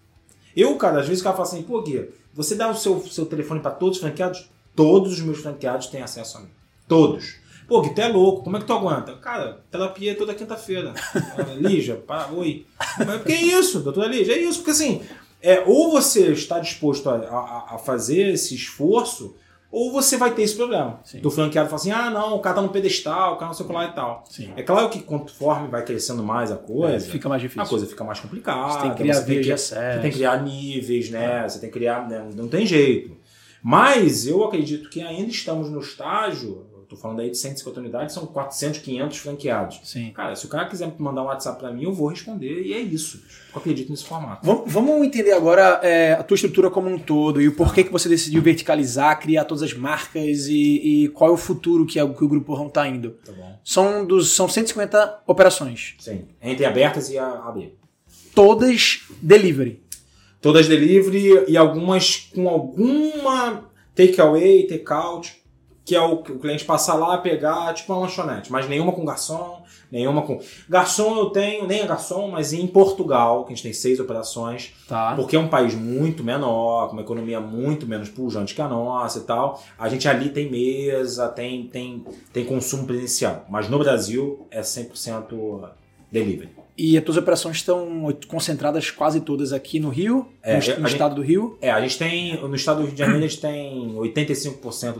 Cara, às vezes o cara fala assim, pô, Gui, você dá o seu telefone para todos os franqueados? Todos os meus franqueados têm acesso a mim. Todos. Pô, Gui, tu é louco, como é que tu aguenta? Cara, terapia é toda quinta-feira. Lígia, oi. Mas que é isso, doutora Lígia? É isso, porque assim, ou você está disposto a fazer esse esforço, ou você vai ter esse problema. Sim. Do franqueado fala assim, não, o cara tá no pedestal, o cara não sei o que lá e tal. Sim. É claro que conforme vai crescendo mais a coisa, fica mais difícil. A coisa fica mais complicada. Você tem que criar vias de acesso. Você tem que criar níveis, né? Você tem que criar... Né? Não tem jeito. Mas eu acredito que ainda estamos no estágio... Estou falando aí de 150 unidades, são 400, 500 franqueados. Sim. Cara, se o cara quiser mandar um WhatsApp para mim, eu vou responder e é isso. Eu acredito nesse formato. Vamos entender agora a tua estrutura como um todo e o porquê que você decidiu verticalizar, criar todas as marcas e qual é o futuro que o Grupo Rão está indo. Tá bom. São 150 operações. Sim, entre abertas e a AB. Todas delivery. Todas delivery e algumas com alguma takeaway, take-out, que é o cliente passar lá, pegar, tipo uma lanchonete, mas nenhuma com garçom, nenhuma com... Garçom eu tenho, nem é garçom, mas em Portugal, que a gente tem 6 operações, porque é um país muito menor, com uma economia muito menos pujante que a nossa e tal, a gente ali tem mesa, tem consumo presencial, mas no Brasil é 100% delivery. E as tuas operações estão concentradas quase todas aqui no Rio, no estado do Rio? A gente tem, no estado do Rio de Janeiro, a gente tem 85%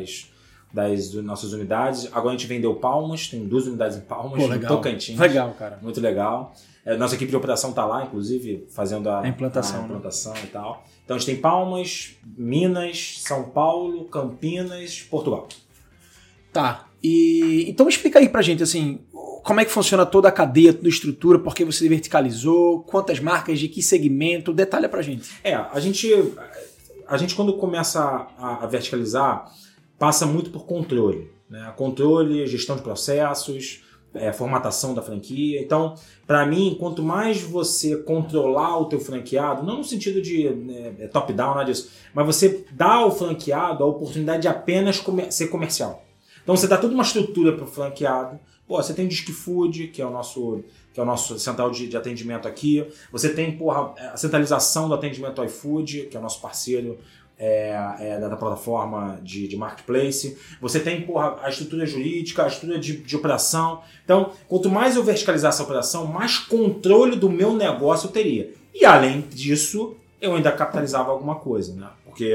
das nossas unidades. Agora a gente vendeu Palmas, tem 2 unidades em Palmas, no Tocantins. Legal, cara. Muito legal. Nossa equipe de operação está lá, inclusive, fazendo a implantação e tal. Então a gente tem Palmas, Minas, São Paulo, Campinas, Portugal. Tá. Então explica aí pra gente, assim, como é que funciona toda a cadeia, toda a estrutura, por que você verticalizou, quantas marcas, de que segmento, detalha pra gente. A gente quando começa a verticalizar, passa muito por controle, né? Controle, gestão de processos, formatação da franquia. Então, para mim, quanto mais você controlar o teu franqueado, não no sentido de top-down, nada disso, mas você dá ao franqueado a oportunidade de apenas ser comercial. Então, você dá toda uma estrutura para o franqueado. Você tem o Disque Food, que é o nosso central de atendimento aqui. Você tem a centralização do atendimento iFood, que é o nosso parceiro da plataforma de marketplace. Você tem a estrutura jurídica, a estrutura de operação. Então, quanto mais eu verticalizar essa operação, mais controle do meu negócio eu teria. E além disso, eu ainda capitalizava alguma coisa, né? Porque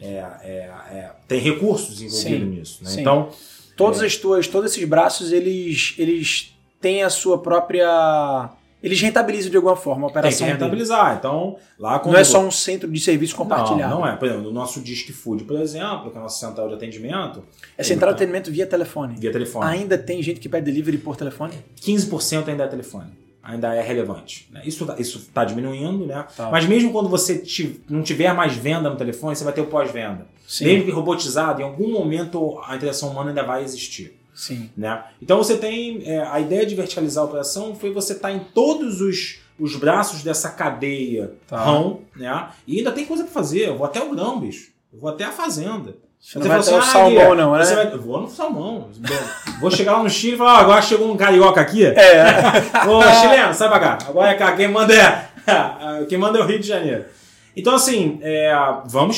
tem recursos envolvidos nisso. Né? Então, todos esses braços, eles têm a sua própria... Eles rentabilizam de alguma forma a operação. Tem que rentabilizar. Então, lá não é só um centro de serviço compartilhado. Não é. Por exemplo, o nosso Disque Food, por exemplo, que é a nossa central de atendimento... É central de atendimento via telefone. Via telefone. Ainda tem gente que pede delivery por telefone? 15% ainda é telefone. Ainda é relevante. Né? Isso está diminuindo, né? Tá. Mas mesmo quando você não tiver mais venda no telefone, você vai ter o pós-venda. Mesmo que robotizado, em algum momento a interação humana ainda vai existir. Sim. Né? Então você tem a ideia de verticalizar a operação foi você estar em todos os braços dessa cadeia rão, né? E ainda tem coisa para fazer. Eu vou até o grão, bicho. Eu vou até a fazenda. Você não vai até o salmão, não, né? Eu vou no salmão. Vou chegar lá no Chile e falar, agora chegou um carioca aqui. Ô, chileno, sai pra cá. Agora quem manda é o Rio de Janeiro. Então, assim, vamos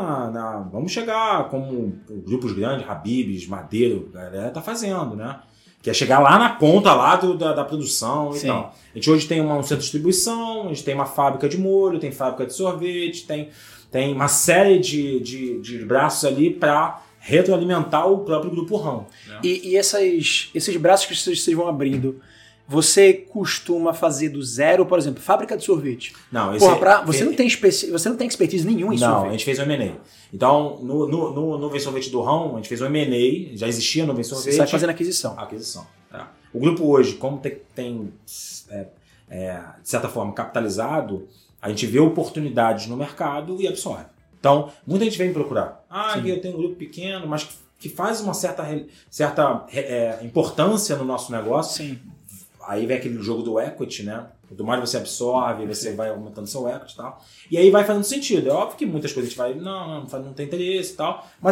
chegar como grupos grandes, Habib's, Madeiro, a galera tá fazendo, né? Que é chegar lá na ponta lá da produção e tal. A gente hoje tem um centro de distribuição, a gente tem uma fábrica de molho, tem fábrica de sorvete, tem uma série de braços ali para retroalimentar o próprio grupo rão. Né? E esses braços que vocês vão abrindo, você costuma fazer do zero, por exemplo, fábrica de sorvete? Não, você não tem expertise nenhuma em sorvete. Não, a gente fez um M&A. Então, no Vem Sorvete do Rão, a gente fez um M&A, já existia no Vem Sorvete. Você sai fazendo aquisição. Tá. O grupo hoje, como tem de certa forma, capitalizado, a gente vê oportunidades no mercado e absorve. Então, muita gente vem me procurar. Aqui eu tenho um grupo pequeno, mas que faz uma certa importância no nosso negócio. Sim. Aí vem aquele jogo do equity, né? Quanto mais você absorve, você vai aumentando seu equity e tal. E aí vai fazendo sentido. É óbvio que muitas coisas a gente vai, não tem interesse e tal. Mas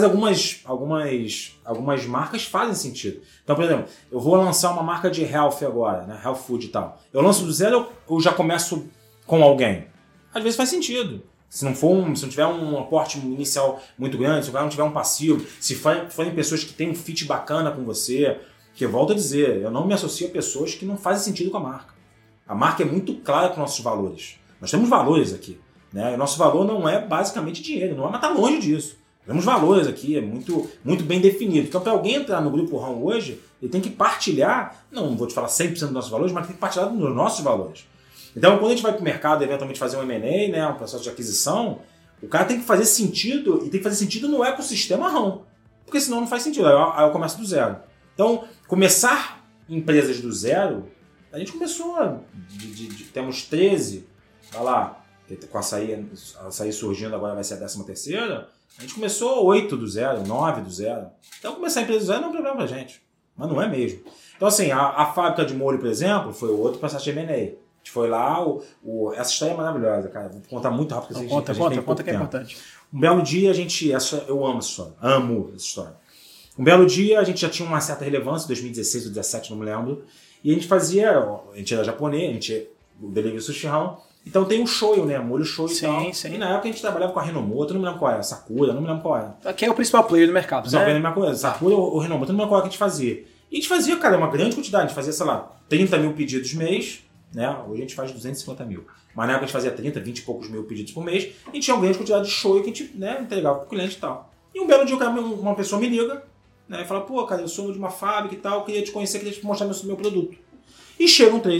algumas marcas fazem sentido. Então, por exemplo, eu vou lançar uma marca de health agora, né? Health food e tal. Eu lanço do zero ou já começo com alguém? Às vezes faz sentido. Se não tiver um aporte inicial muito grande, se não tiver um passivo, se forem pessoas que têm um fit bacana com você... Que eu volto a dizer, eu não me associo a pessoas que não fazem sentido com a marca. A marca é muito clara com nossos valores. Nós temos valores aqui. Né? O nosso valor não é basicamente dinheiro, não é, mas está longe disso. Temos valores aqui, é muito, muito bem definido. Então, para alguém entrar no Grupo Rão hoje, ele tem que partilhar, não vou te falar 100% dos nossos valores, mas tem que partilhar dos nossos valores. Então, quando a gente vai para o mercado, eventualmente fazer um M&A, né, um processo de aquisição, o cara tem que fazer sentido, e tem que fazer sentido no ecossistema Rão. Porque senão não faz sentido, aí eu começo do zero. Então, começar empresas do zero, a gente começou, temos 13, vai lá, com a açaí surgindo agora vai ser a 13ª, a gente começou 8 do zero, 9 do zero. Então, começar a empresa do zero não é um problema pra gente, mas não é mesmo. Então, assim, a fábrica de molho, por exemplo, foi outro processo de M&A. A gente foi lá, essa história é maravilhosa, cara, vou contar muito rápido. Conta que é importante. Um belo dia, eu amo essa história. Um belo dia, a gente já tinha uma certa relevância, 2016 ou 2017, não me lembro, e a gente era japonês, o delivery sushi rão, então tem o shoyu, né, molho shoyu e tal. Sim. E na época a gente trabalhava com a Renomoto, não me lembro qual era, Sakura, não me lembro qual era. Aqui é o principal player do mercado, né? Sakura ou Renomoto, não me lembro qual era que a gente fazia. E a gente fazia, cara, uma grande quantidade, a gente fazia, sei lá, 30 mil pedidos mês, né, hoje a gente faz 250 mil. Mas na época a gente fazia 30, 20 e poucos mil pedidos por mês, e a gente tinha uma grande quantidade de shoyu que a gente, né, entregava pro cliente e tal. E um belo dia uma pessoa me liga, né, e fala, pô, cara, eu sou de uma fábrica e tal, queria te conhecer, queria te mostrar meu produto. E chegam 3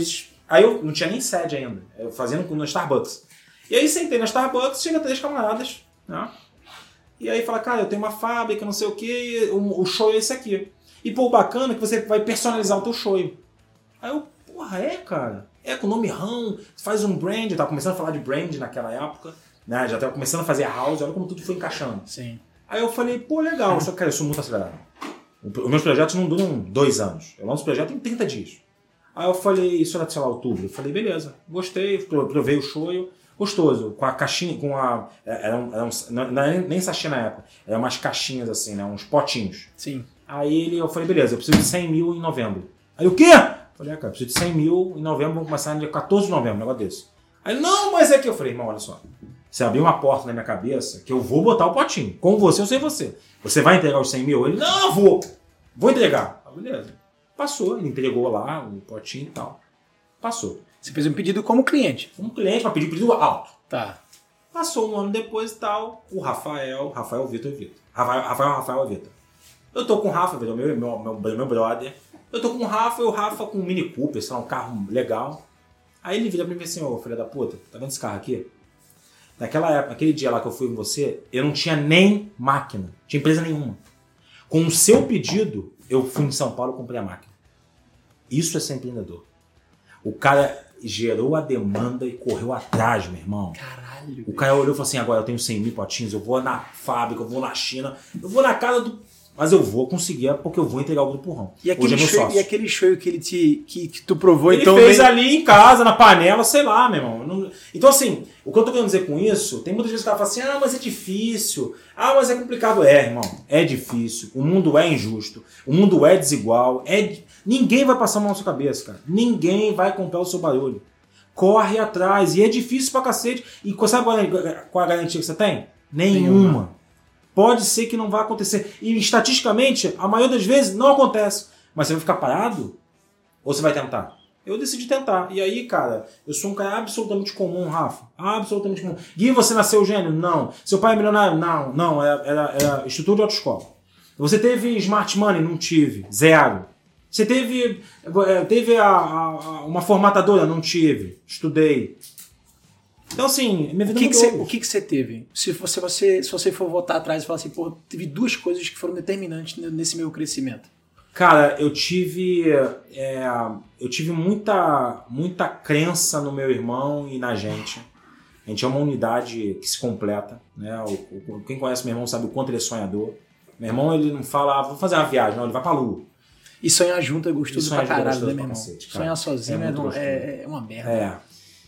Aí eu não tinha nem sede ainda, eu fazendo no Starbucks. E aí sentei na Starbucks, chega 3 camaradas, né? E aí fala, cara, eu tenho uma fábrica, não sei o que, o show é esse aqui. E pô, o bacana é que você vai personalizar o teu show. Aí eu, porra, cara? É com o nome RAM, faz um brand, eu tava começando a falar de brand naquela época, né? Já tava começando a fazer a house, olha como tudo foi encaixando. Sim. Aí eu falei, pô, legal, só que cara, eu sou muito acelerado. Os meus projetos não duram 2 anos, eu lanço o projeto em 30 dias. Aí eu falei, isso era, sei lá, outubro. Eu falei, beleza, gostei, provei o show, gostoso, com a caixinha, com a... não era nem sachê na época, eram umas caixinhas assim, né, uns potinhos. Sim. Aí eu falei, beleza, eu preciso de 100 mil em novembro. Aí o quê? Eu falei, cara, eu preciso de 100 mil em novembro, vamos começar no dia 14 de novembro, um negócio desse. Aí não, mas é que eu falei, irmão, olha só, você abriu uma porta na minha cabeça que eu vou botar o potinho, com você ou sem você. Você vai entregar os 100 mil? Ele, não, eu vou entregar. Ah, beleza. Passou, ele entregou lá o potinho e tal. Passou. Você fez um pedido como cliente? Como cliente, para pedir pedido alto. Tá. Passou um ano depois e tal, o Rafael, Vitor e Vitor. Rafael e Vitor. Eu tô com o Rafa, meu brother. Eu tô com o Rafa com um Mini Cooper, sei lá, um carro legal. Aí ele vira pra mim e assim, ô filho da puta, tá vendo esse carro aqui? Naquela época, naquele dia lá que eu fui com você, eu não tinha nem máquina, não tinha empresa nenhuma. Com o seu pedido, eu fui em São Paulo e comprei a máquina. Isso é ser empreendedor. O cara gerou a demanda e correu atrás, meu irmão. Caralho. O cara olhou e falou assim, agora eu tenho 100 mil potinhos, eu vou na fábrica, eu vou na China, eu vou na casa do... Mas eu vou conseguir, porque eu vou entregar o grupo RAM. E aquele show que ele que tu provou, ele então... Ele fez ali em casa, na panela, sei lá, meu irmão. Não... Então, assim, o que eu tô querendo dizer com isso, tem muitas vezes que o cara fala assim, mas é difícil, mas é complicado. Irmão, é difícil, o mundo é injusto, o mundo é desigual, ninguém vai passar a mão na sua cabeça, cara. Ninguém vai comprar o seu barulho. Corre atrás, e é difícil pra cacete. E sabe qual a garantia que você tem? Nenhuma. Pode ser que não vá acontecer. E estatisticamente, a maioria das vezes não acontece. Mas você vai ficar parado? Ou você vai tentar? Eu decidi tentar. E aí, cara, eu sou um cara absolutamente comum, Rafa. Absolutamente comum. Gui, você nasceu gênio? Não. Seu pai é milionário? Não. Era estrutura de autoescola. Você teve smart money? Não tive. 0. Você teve uma formatadora? Não tive. Estudei. Então, assim, minha vida mudou. O que você teve? Se você for voltar atrás e falar assim, pô, teve 2 coisas que foram determinantes nesse meu crescimento. Cara, eu tive muita crença no meu irmão e na gente. A gente é uma unidade que se completa, né? Quem conhece meu irmão sabe o quanto ele é sonhador. Meu irmão, ele não fala, vou fazer uma viagem, não, ele vai pra lua. E sonhar junto é gostoso pra caralho, né, meu irmão? Cacete, sonhar sozinho é uma merda.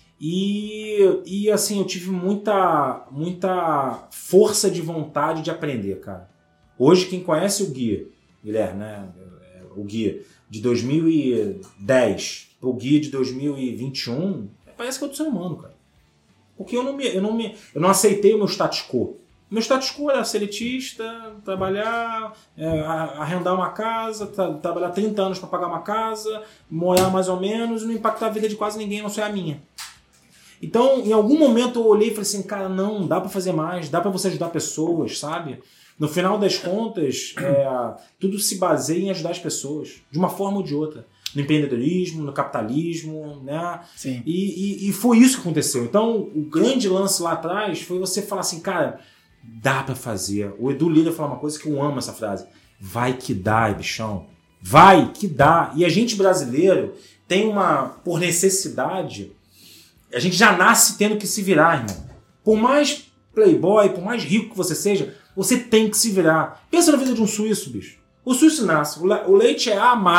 E assim, eu tive muita força de vontade de aprender, cara. Hoje, quem conhece o Gui, Guilherme, né? O Gui de 2010 pro Gui de 2021, parece que é outro ser humano, cara. Porque eu não aceitei o meu status quo. O meu status quo era ser elitista, trabalhar, arrendar uma casa, trabalhar 30 anos para pagar uma casa, morar mais ou menos e não impactar a vida de quase ninguém, não só a minha. Então, em algum momento eu olhei e falei assim, cara, não, dá pra fazer mais, dá pra você ajudar pessoas, sabe? No final das contas, tudo se baseia em ajudar as pessoas, de uma forma ou de outra. No empreendedorismo, no capitalismo, né? Sim. E foi isso que aconteceu. Então, o grande lance lá atrás foi você falar assim, cara, dá pra fazer. O Edu Lira falou uma coisa que eu amo essa frase. Vai que dá, bichão. Vai que dá. E a gente brasileiro tem por necessidade... A gente já nasce tendo que se virar, irmão. Por mais playboy, por mais rico que você seja, você tem que se virar. Pensa na vida de um suíço, bicho. O suíço nasce, o leite é A+.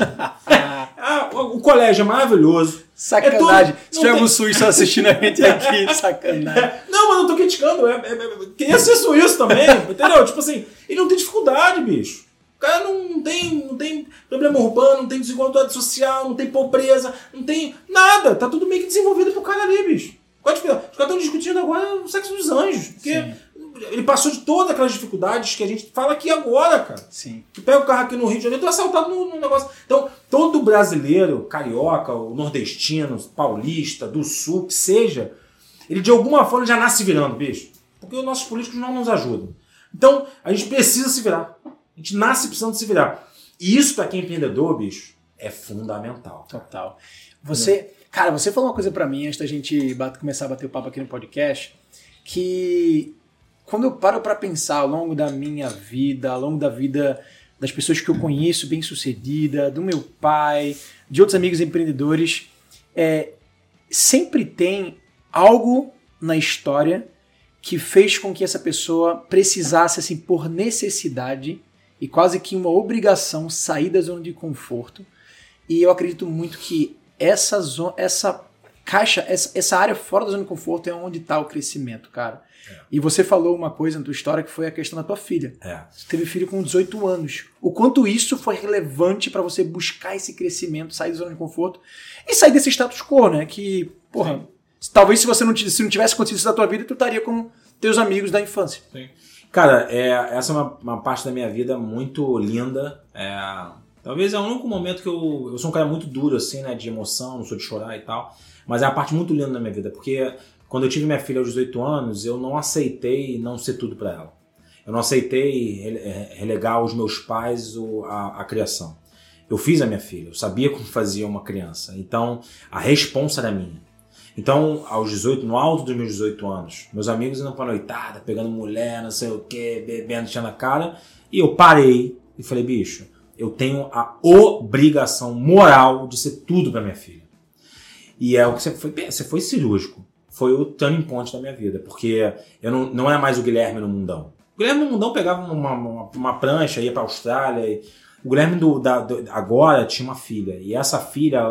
O colégio é maravilhoso. Sacanagem. Se tiver um suíço assistindo a gente aqui, sacanagem. Não, mas não tô criticando. Queria ser suíço também, entendeu? Tipo assim, ele não tem dificuldade, bicho. O cara não tem problema urbano, não tem desigualdade social, não tem pobreza, não tem nada. Tá tudo meio que desenvolvido pro cara ali, bicho. Os caras estão discutindo agora o sexo dos anjos. Porque ele passou de todas aquelas dificuldades que a gente fala aqui agora, cara. Sim. Tu pega o carro aqui no Rio de Janeiro, tu é assaltado no negócio. Então, todo brasileiro, carioca, o nordestino, paulista, do sul, que seja, ele de alguma forma já nasce virando, bicho. Porque os nossos políticos não nos ajudam. Então, a gente precisa se virar. A gente nasce precisando se virar. E isso, pra quem é empreendedor, bicho, é fundamental. Total. Cara, você falou uma coisa pra mim antes da gente começar a bater o papo aqui no podcast, que quando eu paro pra pensar ao longo da minha vida, ao longo da vida das pessoas que eu conheço, bem-sucedida, do meu pai, de outros amigos empreendedores, sempre tem algo na história que fez com que essa pessoa precisasse, assim, por necessidade e quase que uma obrigação, sair da zona de conforto. E eu acredito muito que essa área fora da zona de conforto é onde está o crescimento, cara. E você falou uma coisa na tua história que foi a questão da tua filha. Você teve filho com 18 anos. O quanto isso foi relevante para você buscar esse crescimento, sair da zona de conforto e sair desse status quo, né? Que, porra, talvez se você não tivesse acontecido isso na tua vida, tu estaria com teus amigos da infância. Sim. Cara, essa é uma parte da minha vida muito linda. Talvez é o único momento que eu sou um cara muito duro, assim, né? De emoção, não sou de chorar e tal. Mas é a parte muito linda da minha vida, porque quando eu tive minha filha aos 18 anos, eu não aceitei não ser tudo para ela. Eu não aceitei relegar aos meus pais a criação. Eu fiz a minha filha, eu sabia como fazia uma criança. Então, a responsa era minha. Então, aos 18, no alto dos meus 18 anos, meus amigos indo pra noitada, pegando mulher, não sei o que, bebendo, enchendo a cara. E eu parei e falei, bicho, eu tenho a obrigação moral de ser tudo pra minha filha. E é o que você foi cirúrgico. Foi o turning point da minha vida. Porque eu não era mais o Guilherme no mundão. O Guilherme no mundão pegava uma prancha, ia pra Austrália. O Guilherme agora tinha uma filha. E essa filha,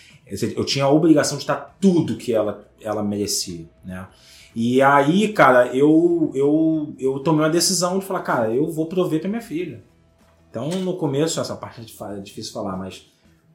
eu tinha a obrigação de estar tudo que ela merecia, né? E aí, cara, eu tomei uma decisão de falar, cara, eu vou prover pra minha filha. Então, no começo, essa parte é difícil falar, mas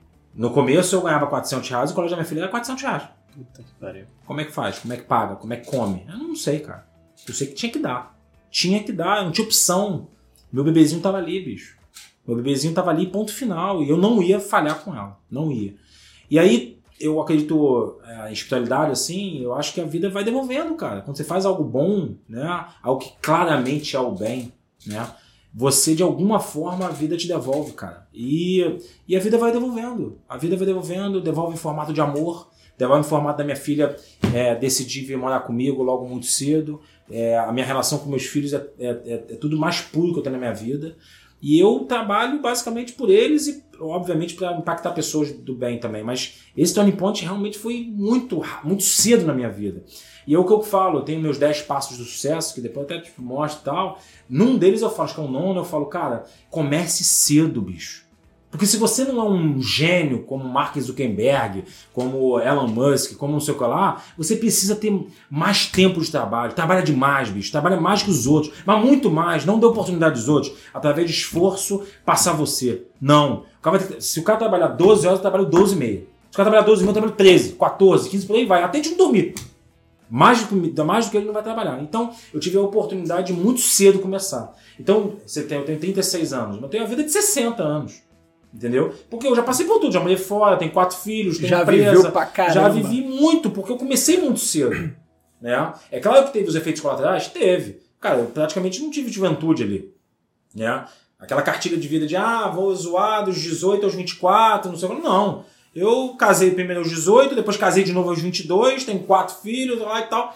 no começo eu ganhava R$400 e o colégio da minha filha era R$400. Puta que pariu. Como é que faz? Como é que paga? Como é que come? Eu não sei, cara. Eu sei que tinha que dar. Tinha que dar, não tinha opção. Meu bebezinho tava ali, bicho. Meu bebezinho tava ali, ponto final. E eu não ia falhar com ela. Não ia. E aí, eu acredito em espiritualidade, assim, eu acho que a vida vai devolvendo, cara. Quando você faz algo bom, né? Algo que claramente é o bem, né? Você, de alguma forma, a vida te devolve, cara. E a vida vai devolvendo. A vida vai devolvendo, devolve em formato de amor, devolve em formato da minha filha decidir vir morar comigo logo muito cedo. A minha relação com meus filhos é tudo mais puro que eu tenho na minha vida. E eu trabalho basicamente por eles e, obviamente, para impactar pessoas do bem também. Mas esse turning point realmente foi muito, muito cedo na minha vida. E é o que eu falo, eu tenho meus 10 passos do sucesso, que depois até mostro e tal. Num deles eu falo, acho que é o nono, eu falo, cara, comece cedo, bicho. Porque se você não é um gênio como Mark Zuckerberg, como Elon Musk, como não sei o que lá, você precisa ter mais tempo de trabalho. Trabalha demais, bicho. Trabalha mais que os outros. Mas muito mais. Não dê oportunidade aos outros. Através de esforço, passar você. Não. Se o cara trabalhar 12 horas, eu trabalho 12 e meia. Se o cara trabalhar 12 e meia, eu trabalho 13, 14, 15, por aí vai. Até de não dormir. Mais do que ele não vai trabalhar. Então, eu tive a oportunidade de muito cedo começar. Então, eu tenho 36 anos. Mas eu tenho a vida de 60 anos. Entendeu? Porque eu já passei por tudo, já morei fora, tenho 4 filhos, tenho já empresa. Viveu pra caramba. Já vivi muito, porque eu comecei muito cedo. Né? É claro que teve os efeitos colaterais? Teve. Cara, eu praticamente não tive juventude ali. Né? Aquela cartilha de vida de, vou zoar dos 18 aos 24, não sei o que. Não. Eu casei primeiro aos 18, depois casei de novo aos 22, tenho 4 filhos lá e tal.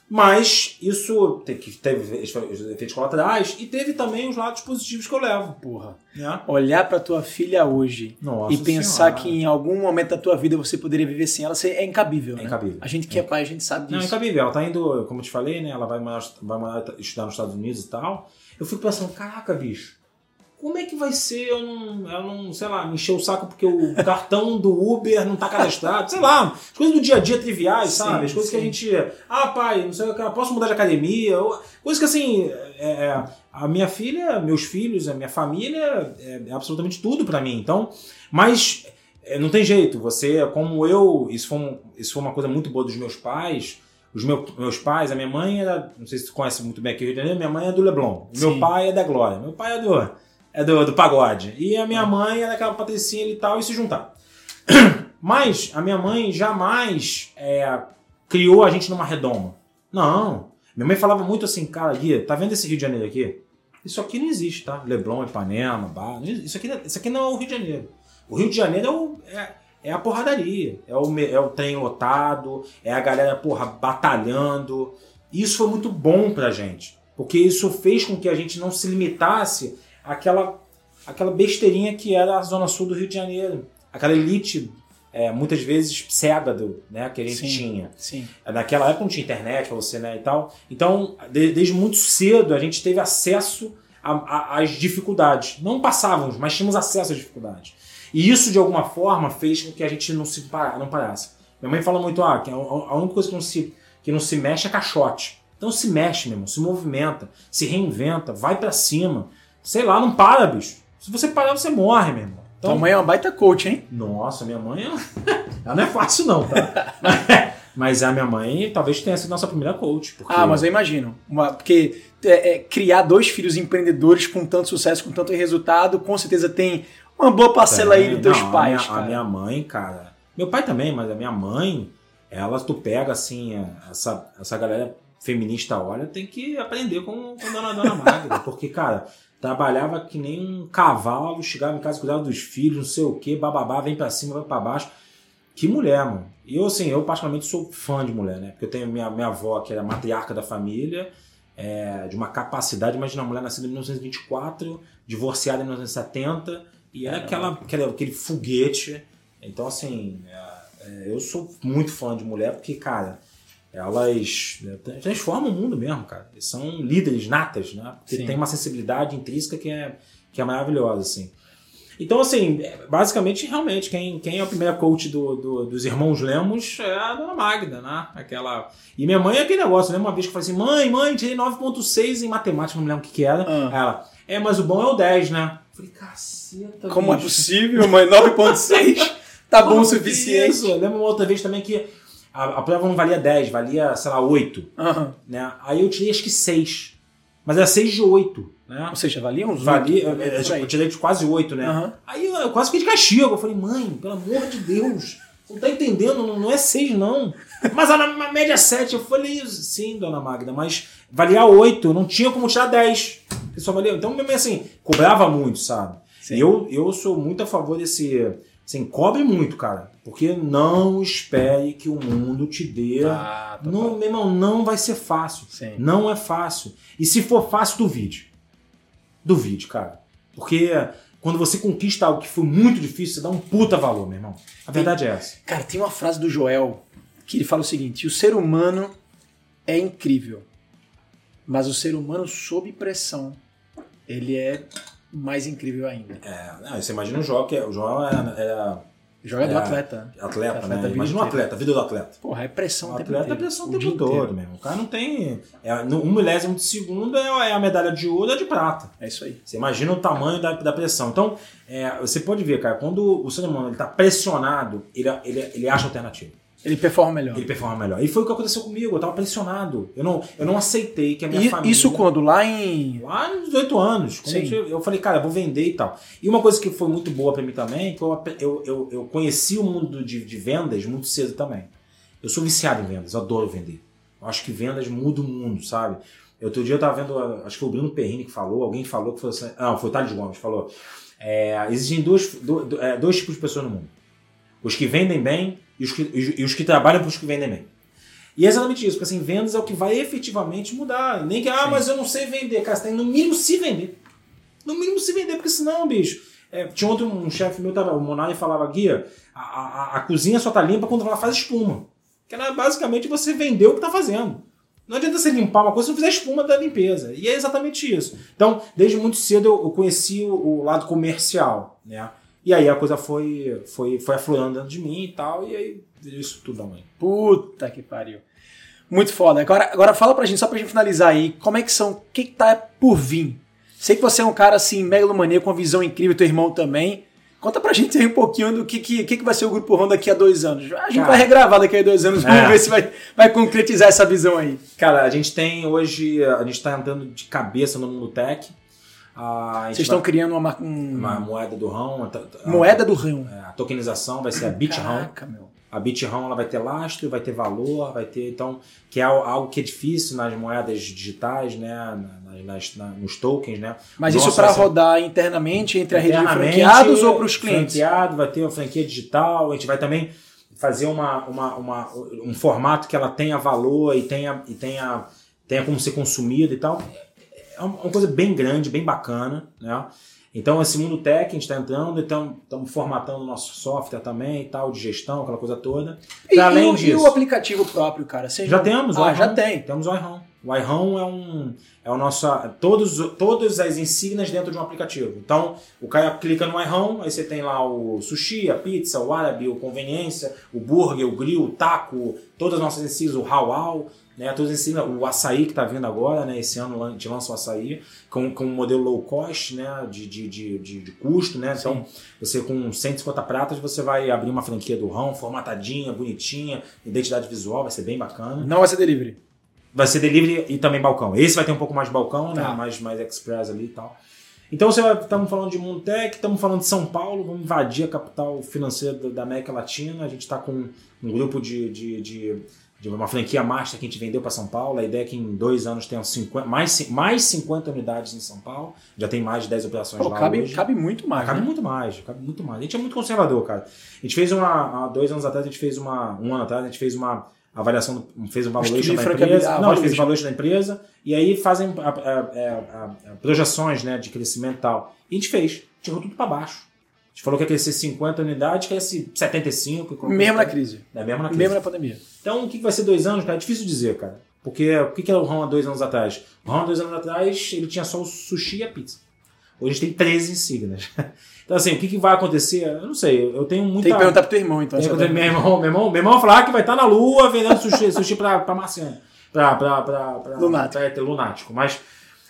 Mas isso teve os efeitos colaterais e teve também os lados positivos que eu levo. Porra. Olhar pra tua filha hoje e pensar que em algum momento da tua vida você poderia viver sem ela, é incabível. É incabível. A gente que é pai, a gente sabe disso. Não, é incabível. Ela tá indo, como eu te falei, né? Ela vai estudar nos Estados Unidos e tal. Eu fico pensando, caraca, bicho. Como é que vai ser eu não, sei lá, me encher o saco porque o cartão do Uber não tá cadastrado, sei lá, as coisas do dia a dia triviais, sabe? As coisas que a gente, pai, não sei o que, posso mudar de academia, coisas que assim, a minha filha, meus filhos, a minha família é absolutamente tudo pra mim, então, mas não tem jeito, você, como eu, isso foi uma coisa muito boa dos meus pais. Os meus pais, a minha mãe era, não sei se tu conhece muito bem aqui o Rio de Janeiro, minha mãe é do Leblon, o meu pai é da Glória, meu pai é do pagode. E a minha mãe é daquela patricinha e tal, e se juntar. Mas a minha mãe jamais criou a gente numa redoma. Não. Minha mãe falava muito assim, cara, Gui, tá vendo esse Rio de Janeiro aqui? Isso aqui não existe, tá? Leblon, Ipanema, Bar. Isso aqui não é o Rio de Janeiro. O Rio de Janeiro é a porradaria, é o trem lotado, é a galera, porra, batalhando. E isso foi muito bom pra gente, porque isso fez com que a gente não se limitasse àquela besteirinha que era a Zona Sul do Rio de Janeiro. Aquela elite, muitas vezes, cega que a gente tinha. Sim. Naquela época não tinha internet pra você, né, e tal. Então, desde muito cedo, a gente teve acesso às dificuldades. Não passávamos, mas tínhamos acesso às dificuldades. E isso, de alguma forma, fez com que a gente não parasse. Minha mãe fala muito, que a única coisa que não se mexe é caixote. Então se mexe, meu irmão, se movimenta, se reinventa, vai pra cima. Sei lá, não para, bicho. Se você parar, você morre, meu irmão. Então, tua mãe é uma baita coach, hein? Nossa, minha mãe, ela não é fácil não, tá? Mas a minha mãe talvez tenha sido nossa primeira coach. Porque... mas eu imagino. Porque criar 2 filhos empreendedores com tanto sucesso, com tanto resultado, com certeza tem uma boa parcela aí dos teus pais, cara. A minha mãe, cara... Meu pai também, mas a minha mãe, tu pega assim, essa galera feminista, olha, tem que aprender com a dona Magda. Porque, cara, trabalhava que nem um cavalo, chegava em casa, cuidava dos filhos, não sei o quê, bababá, vem pra cima, vai pra baixo. Que mulher, mano. E eu particularmente sou fã de mulher, né? Porque eu tenho minha avó, que era matriarca da família, de uma capacidade, imagina, uma mulher nascida em 1924, divorciada em 1970, e era aquele foguete. Então, assim, eu sou muito fã de mulher, porque, cara, elas transformam o mundo mesmo, cara. Eles são líderes natas, né? Porque tem uma sensibilidade intrínseca que é maravilhosa, assim. Então, assim, basicamente, realmente, quem é a primeira coach dos irmãos Lemos é a dona Magda, né? E minha mãe é aquele negócio, né? Uma vez que eu falei assim, mãe, tirei 9.6 em matemática, não me lembro o que era. Ela, mas o bom é o 10, né? Eu falei, caceta, como bicho. É possível, mãe? 9.6 tá bom o suficiente. Isso. Eu lembro uma outra vez também que a prova não valia 10, valia, sei lá, 8. Né? Aí eu tirei acho que 6. Mas era 6 de 8. Né? Ou seja, valia uns 8. Eu tirei de quase 8, né? Aí eu quase fiquei de castigo. Eu falei, mãe, pelo amor de Deus, você não tá entendendo, não é 6 não. Mas na média 7. Eu falei, sim, dona Magda, mas valia 8, não tinha como tirar 10. Só valia. Então, mesmo assim, cobrava muito, sabe? E eu sou muito a favor desse... Assim, cobre muito, cara. Porque não espere que o mundo te dê... Não, meu irmão, não vai ser fácil. Sim. Não é fácil. E se for fácil, duvide. Duvide, cara. Porque quando você conquista algo que foi muito difícil, você dá um puta valor, meu irmão. A verdade é essa. Cara, tem uma frase do Joel que ele fala o seguinte: o ser humano é incrível, mas o ser humano sob pressão, ele é mais incrível ainda. Você imagina o Joel, o Joel era jogador, atleta. Atleta, né? Imagina um atleta, a vida do atleta. Porra, é pressão o tempo inteiro. Atleta é pressão o tempo todo, mesmo. O cara não tem... 1/1000 de segundo é a medalha de ouro ou de prata. É isso aí. Você imagina o tamanho da pressão. Então, você pode ver, cara, quando o ser humano está pressionado, ele acha alternativa. Ele performa melhor. E foi o que aconteceu comigo. Eu tava pressionado. Eu não aceitei que a minha família... Isso quando? Lá nos 18 anos. Eu falei, cara, eu vou vender e tal. E uma coisa que foi muito boa pra mim também, que eu conheci o mundo de vendas muito cedo também. Eu sou viciado em vendas, eu adoro vender. Eu acho que vendas muda o mundo, sabe? Outro dia eu tava vendo, acho que foi o Bruno Perrini que falou, alguém falou que foi assim... Não, foi o Thales Gomes que falou. Existem dois tipos de pessoas no mundo. Os que vendem bem e os que trabalham para os que vendem bem. E é exatamente isso, porque assim, vendas é o que vai efetivamente mudar. Nem que, mas eu não sei vender. Cara, você tem no mínimo se vender. No mínimo se vender, porque senão, bicho... tinha um chefe meu, o Monari, falava, Guia, a cozinha só tá limpa quando ela faz espuma. Que era basicamente você vender o que tá fazendo. Não adianta você limpar uma coisa se não fizer espuma da limpeza. E é exatamente isso. Então, desde muito cedo eu conheci o lado comercial, né? E aí a coisa foi aflorando dentro de mim e tal, e aí virou isso tudo, mãe. Puta que pariu. Muito foda. Agora fala pra gente, só pra gente finalizar aí, como é que são, o que tá por vir? Sei que você é um cara assim, megalomaníaco, com uma visão incrível, teu irmão também. Conta pra gente aí um pouquinho do que vai ser o Grupo Ron daqui a 2 anos. A gente vai regravar daqui a 2 anos, vamos ver se vai concretizar essa visão aí. Cara, a gente tá entrando de cabeça no mundo tech. Vocês estão criando uma moeda do Ron. Moeda do Ron. A tokenização vai ser a BitRon. Caraca, meu. A BitRound ela vai ter lastro, vai ter valor, vai ter, então, que é algo que é difícil nas moedas digitais, né, nos tokens, né? Mas isso para rodar internamente entre a rede de franqueados ou para os clientes? Franqueado, vai ter uma franquia digital, a gente vai também fazer um formato que ela tenha valor e tenha como ser consumido e tal. É uma coisa bem grande, bem bacana, né? Então, esse mundo tech, a gente está entrando, então estamos formatando o nosso software também e tal, de gestão, aquela coisa toda. Além disso, e o aplicativo próprio, cara? Já temos o iHome. Já tem. Temos o iHome. O iHome é o nosso... Todas as insígnias dentro de um aplicativo. Então, o cara clica no iHome, aí você tem lá o sushi, a pizza, o árabe, o conveniência, o burger, o grill, o taco, todas as nossas insígnias, o halal, né? Todas as insígnias, o açaí que está vindo agora, né? Esse ano a gente lança o açaí com um modelo low cost, né? De custo, né? Sim. Então, você com 150 pratas, você vai abrir uma franquia do Rão, formatadinha, bonitinha, identidade visual, vai ser bem bacana. Não vai ser delivery. Vai ser delivery e também balcão. Esse vai ter um pouco mais de balcão, né? Mais express ali e tal. Então, estamos falando de mundo tech, estamos falando de São Paulo, vamos invadir a capital financeira da América Latina. A gente está com um grupo de uma franquia master que a gente vendeu para São Paulo. A ideia é que em 2 anos tenham mais 50 unidades em São Paulo. Já tem mais de 10 operações lá hoje. Cabe muito mais. Cabe muito mais. A gente é muito conservador, cara. A gente fez há 2 anos atrás, um ano atrás, a gente fez uma avaliação, fez um valuation da empresa. Não, a gente fez o valuation da empresa e aí fazem projeções, né, de crescimento e tal. E a gente fez, tirou tudo para baixo. A gente falou que ia crescer 50 unidades, cresce 75. Mesmo na crise. Mesmo na crise. Mesmo na pandemia. Então, o que vai ser 2 anos, cara? É difícil dizer, cara. Porque o que era o Rão há 2 anos atrás? O Rão há 2 anos atrás, ele tinha só o sushi e a pizza. Hoje a gente tem 13 insígnias. Então, assim, o que vai acontecer? Eu não sei. Eu tenho muita... Tem que perguntar pro teu irmão, então. Meu irmão vai falar que vai estar na Lua vendendo sushi pra marciano. Lunático. Mas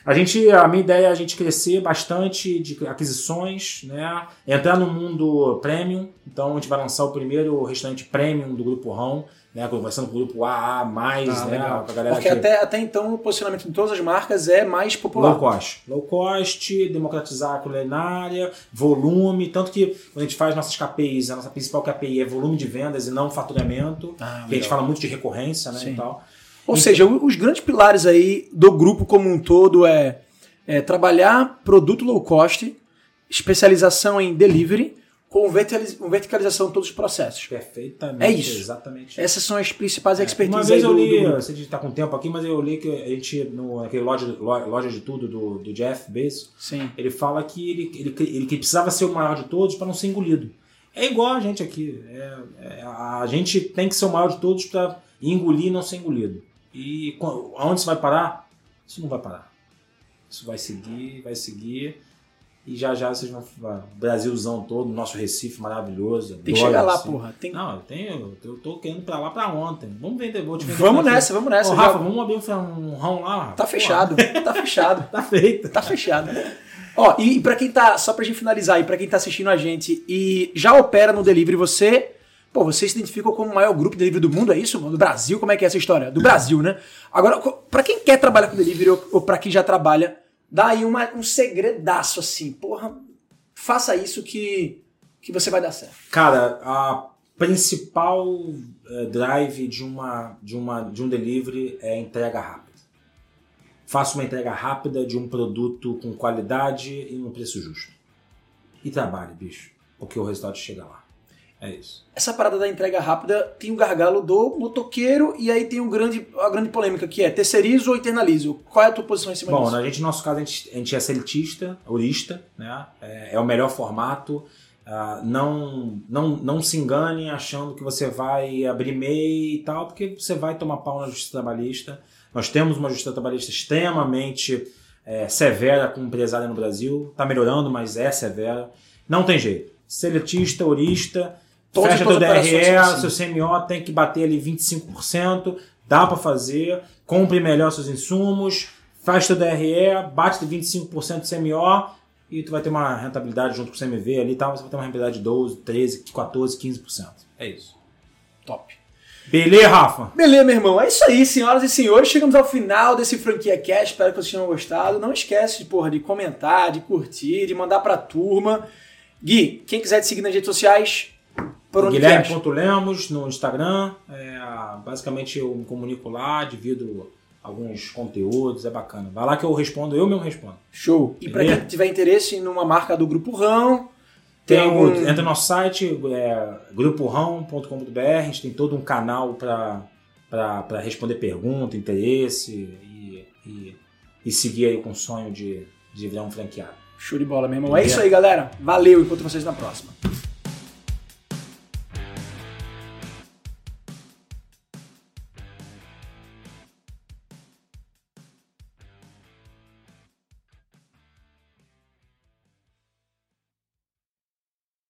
a minha ideia é a gente crescer bastante de aquisições, né? Entrar no mundo premium. Então, a gente vai lançar o primeiro restaurante premium do Grupo Rão, né? Conversando com o Grupo AA+, né? Legal. Com a galera porque até então o posicionamento de todas as marcas é mais popular. Low cost, democratizar a culinária, volume, tanto que quando a gente faz nossas KPIs, a nossa principal KPI é volume de vendas e não faturamento, porque a gente fala muito de recorrência, né? Sim. E tal. Ou seja, os grandes pilares aí do grupo como um todo é trabalhar produto low cost, especialização em delivery, com verticalização de todos os processos. Perfeitamente. É isso. Exatamente. Essas são as principais expertises. Uma vez eu li, do você está com tempo aqui, mas eu li que a gente, naquele loja de tudo do Jeff Bezos, Sim. ele fala que ele precisava ser o maior de todos para não ser engolido. É igual a gente aqui. A gente tem que ser o maior de todos para engolir e não ser engolido. E aonde isso vai parar? Isso não vai parar. Isso vai seguir. E já vocês vão... Brasilzão todo, nosso Recife maravilhoso. Tem que chegar lá, assim. porra. Não, eu tô querendo pra lá pra ontem. Vamos vender, vou te vender. Vamos nessa. Ô, Rafa, vamos abrir um rão lá, Rafa. Tá fechado. Tá feito. Tá fechado. Ó, e pra quem tá... Só pra gente finalizar, e pra quem tá assistindo a gente e já opera no delivery, você se identifica como o maior grupo de delivery do mundo, é isso? Do Brasil? Como é que é essa história? Do Brasil, né? Agora, pra quem quer trabalhar com delivery ou pra quem já trabalha, dá aí um segredaço assim. Porra, faça isso que você vai dar certo. Cara, a principal drive de um delivery é a entrega rápida. Faça uma entrega rápida de um produto com qualidade e um preço justo. E trabalhe, bicho, porque o resultado chega lá. É isso. Essa parada da entrega rápida tem o gargalo do motoqueiro e aí tem a grande polêmica que é terceirizo ou internalizo. Qual é a tua posição em cima disso? Bom, no nosso caso, a gente é seletista, urista, né? É o melhor formato. Não se engane achando que você vai abrir MEI e tal, porque você vai tomar pau na justiça trabalhista. Nós temos uma justiça trabalhista extremamente severa com o empresário no Brasil. Está melhorando, mas é severa. Não tem jeito. Seletista, urista... Fecha teu DRE, seu CMO tem que bater ali 25%, dá para fazer, compre melhor seus insumos, faz teu DRE, bate de 25% de CMO e tu vai ter uma rentabilidade junto com o CMV ali e tal, você vai ter uma rentabilidade de 12, 13, 14, 15%. É isso. Top. Beleza, Rafa? Beleza, meu irmão. É isso aí, senhoras e senhores. Chegamos ao final desse Franquia Cast. Espero que vocês tenham gostado. Não esquece de comentar, de curtir, de mandar pra turma. Gui, quem quiser te seguir nas redes sociais... Guilherme.lemos no Instagram. Basicamente eu me comunico lá, divido alguns conteúdos, é bacana. Vai lá que eu mesmo respondo. Show. E para quem tiver interesse em uma marca do Grupo Rão, entra no nosso site, gruporão.com.br, a gente tem todo um canal para responder pergunta, interesse e seguir aí com o sonho de virar um franqueado. Show de bola, meu irmão. É isso aí, galera. Valeu, encontro vocês na próxima.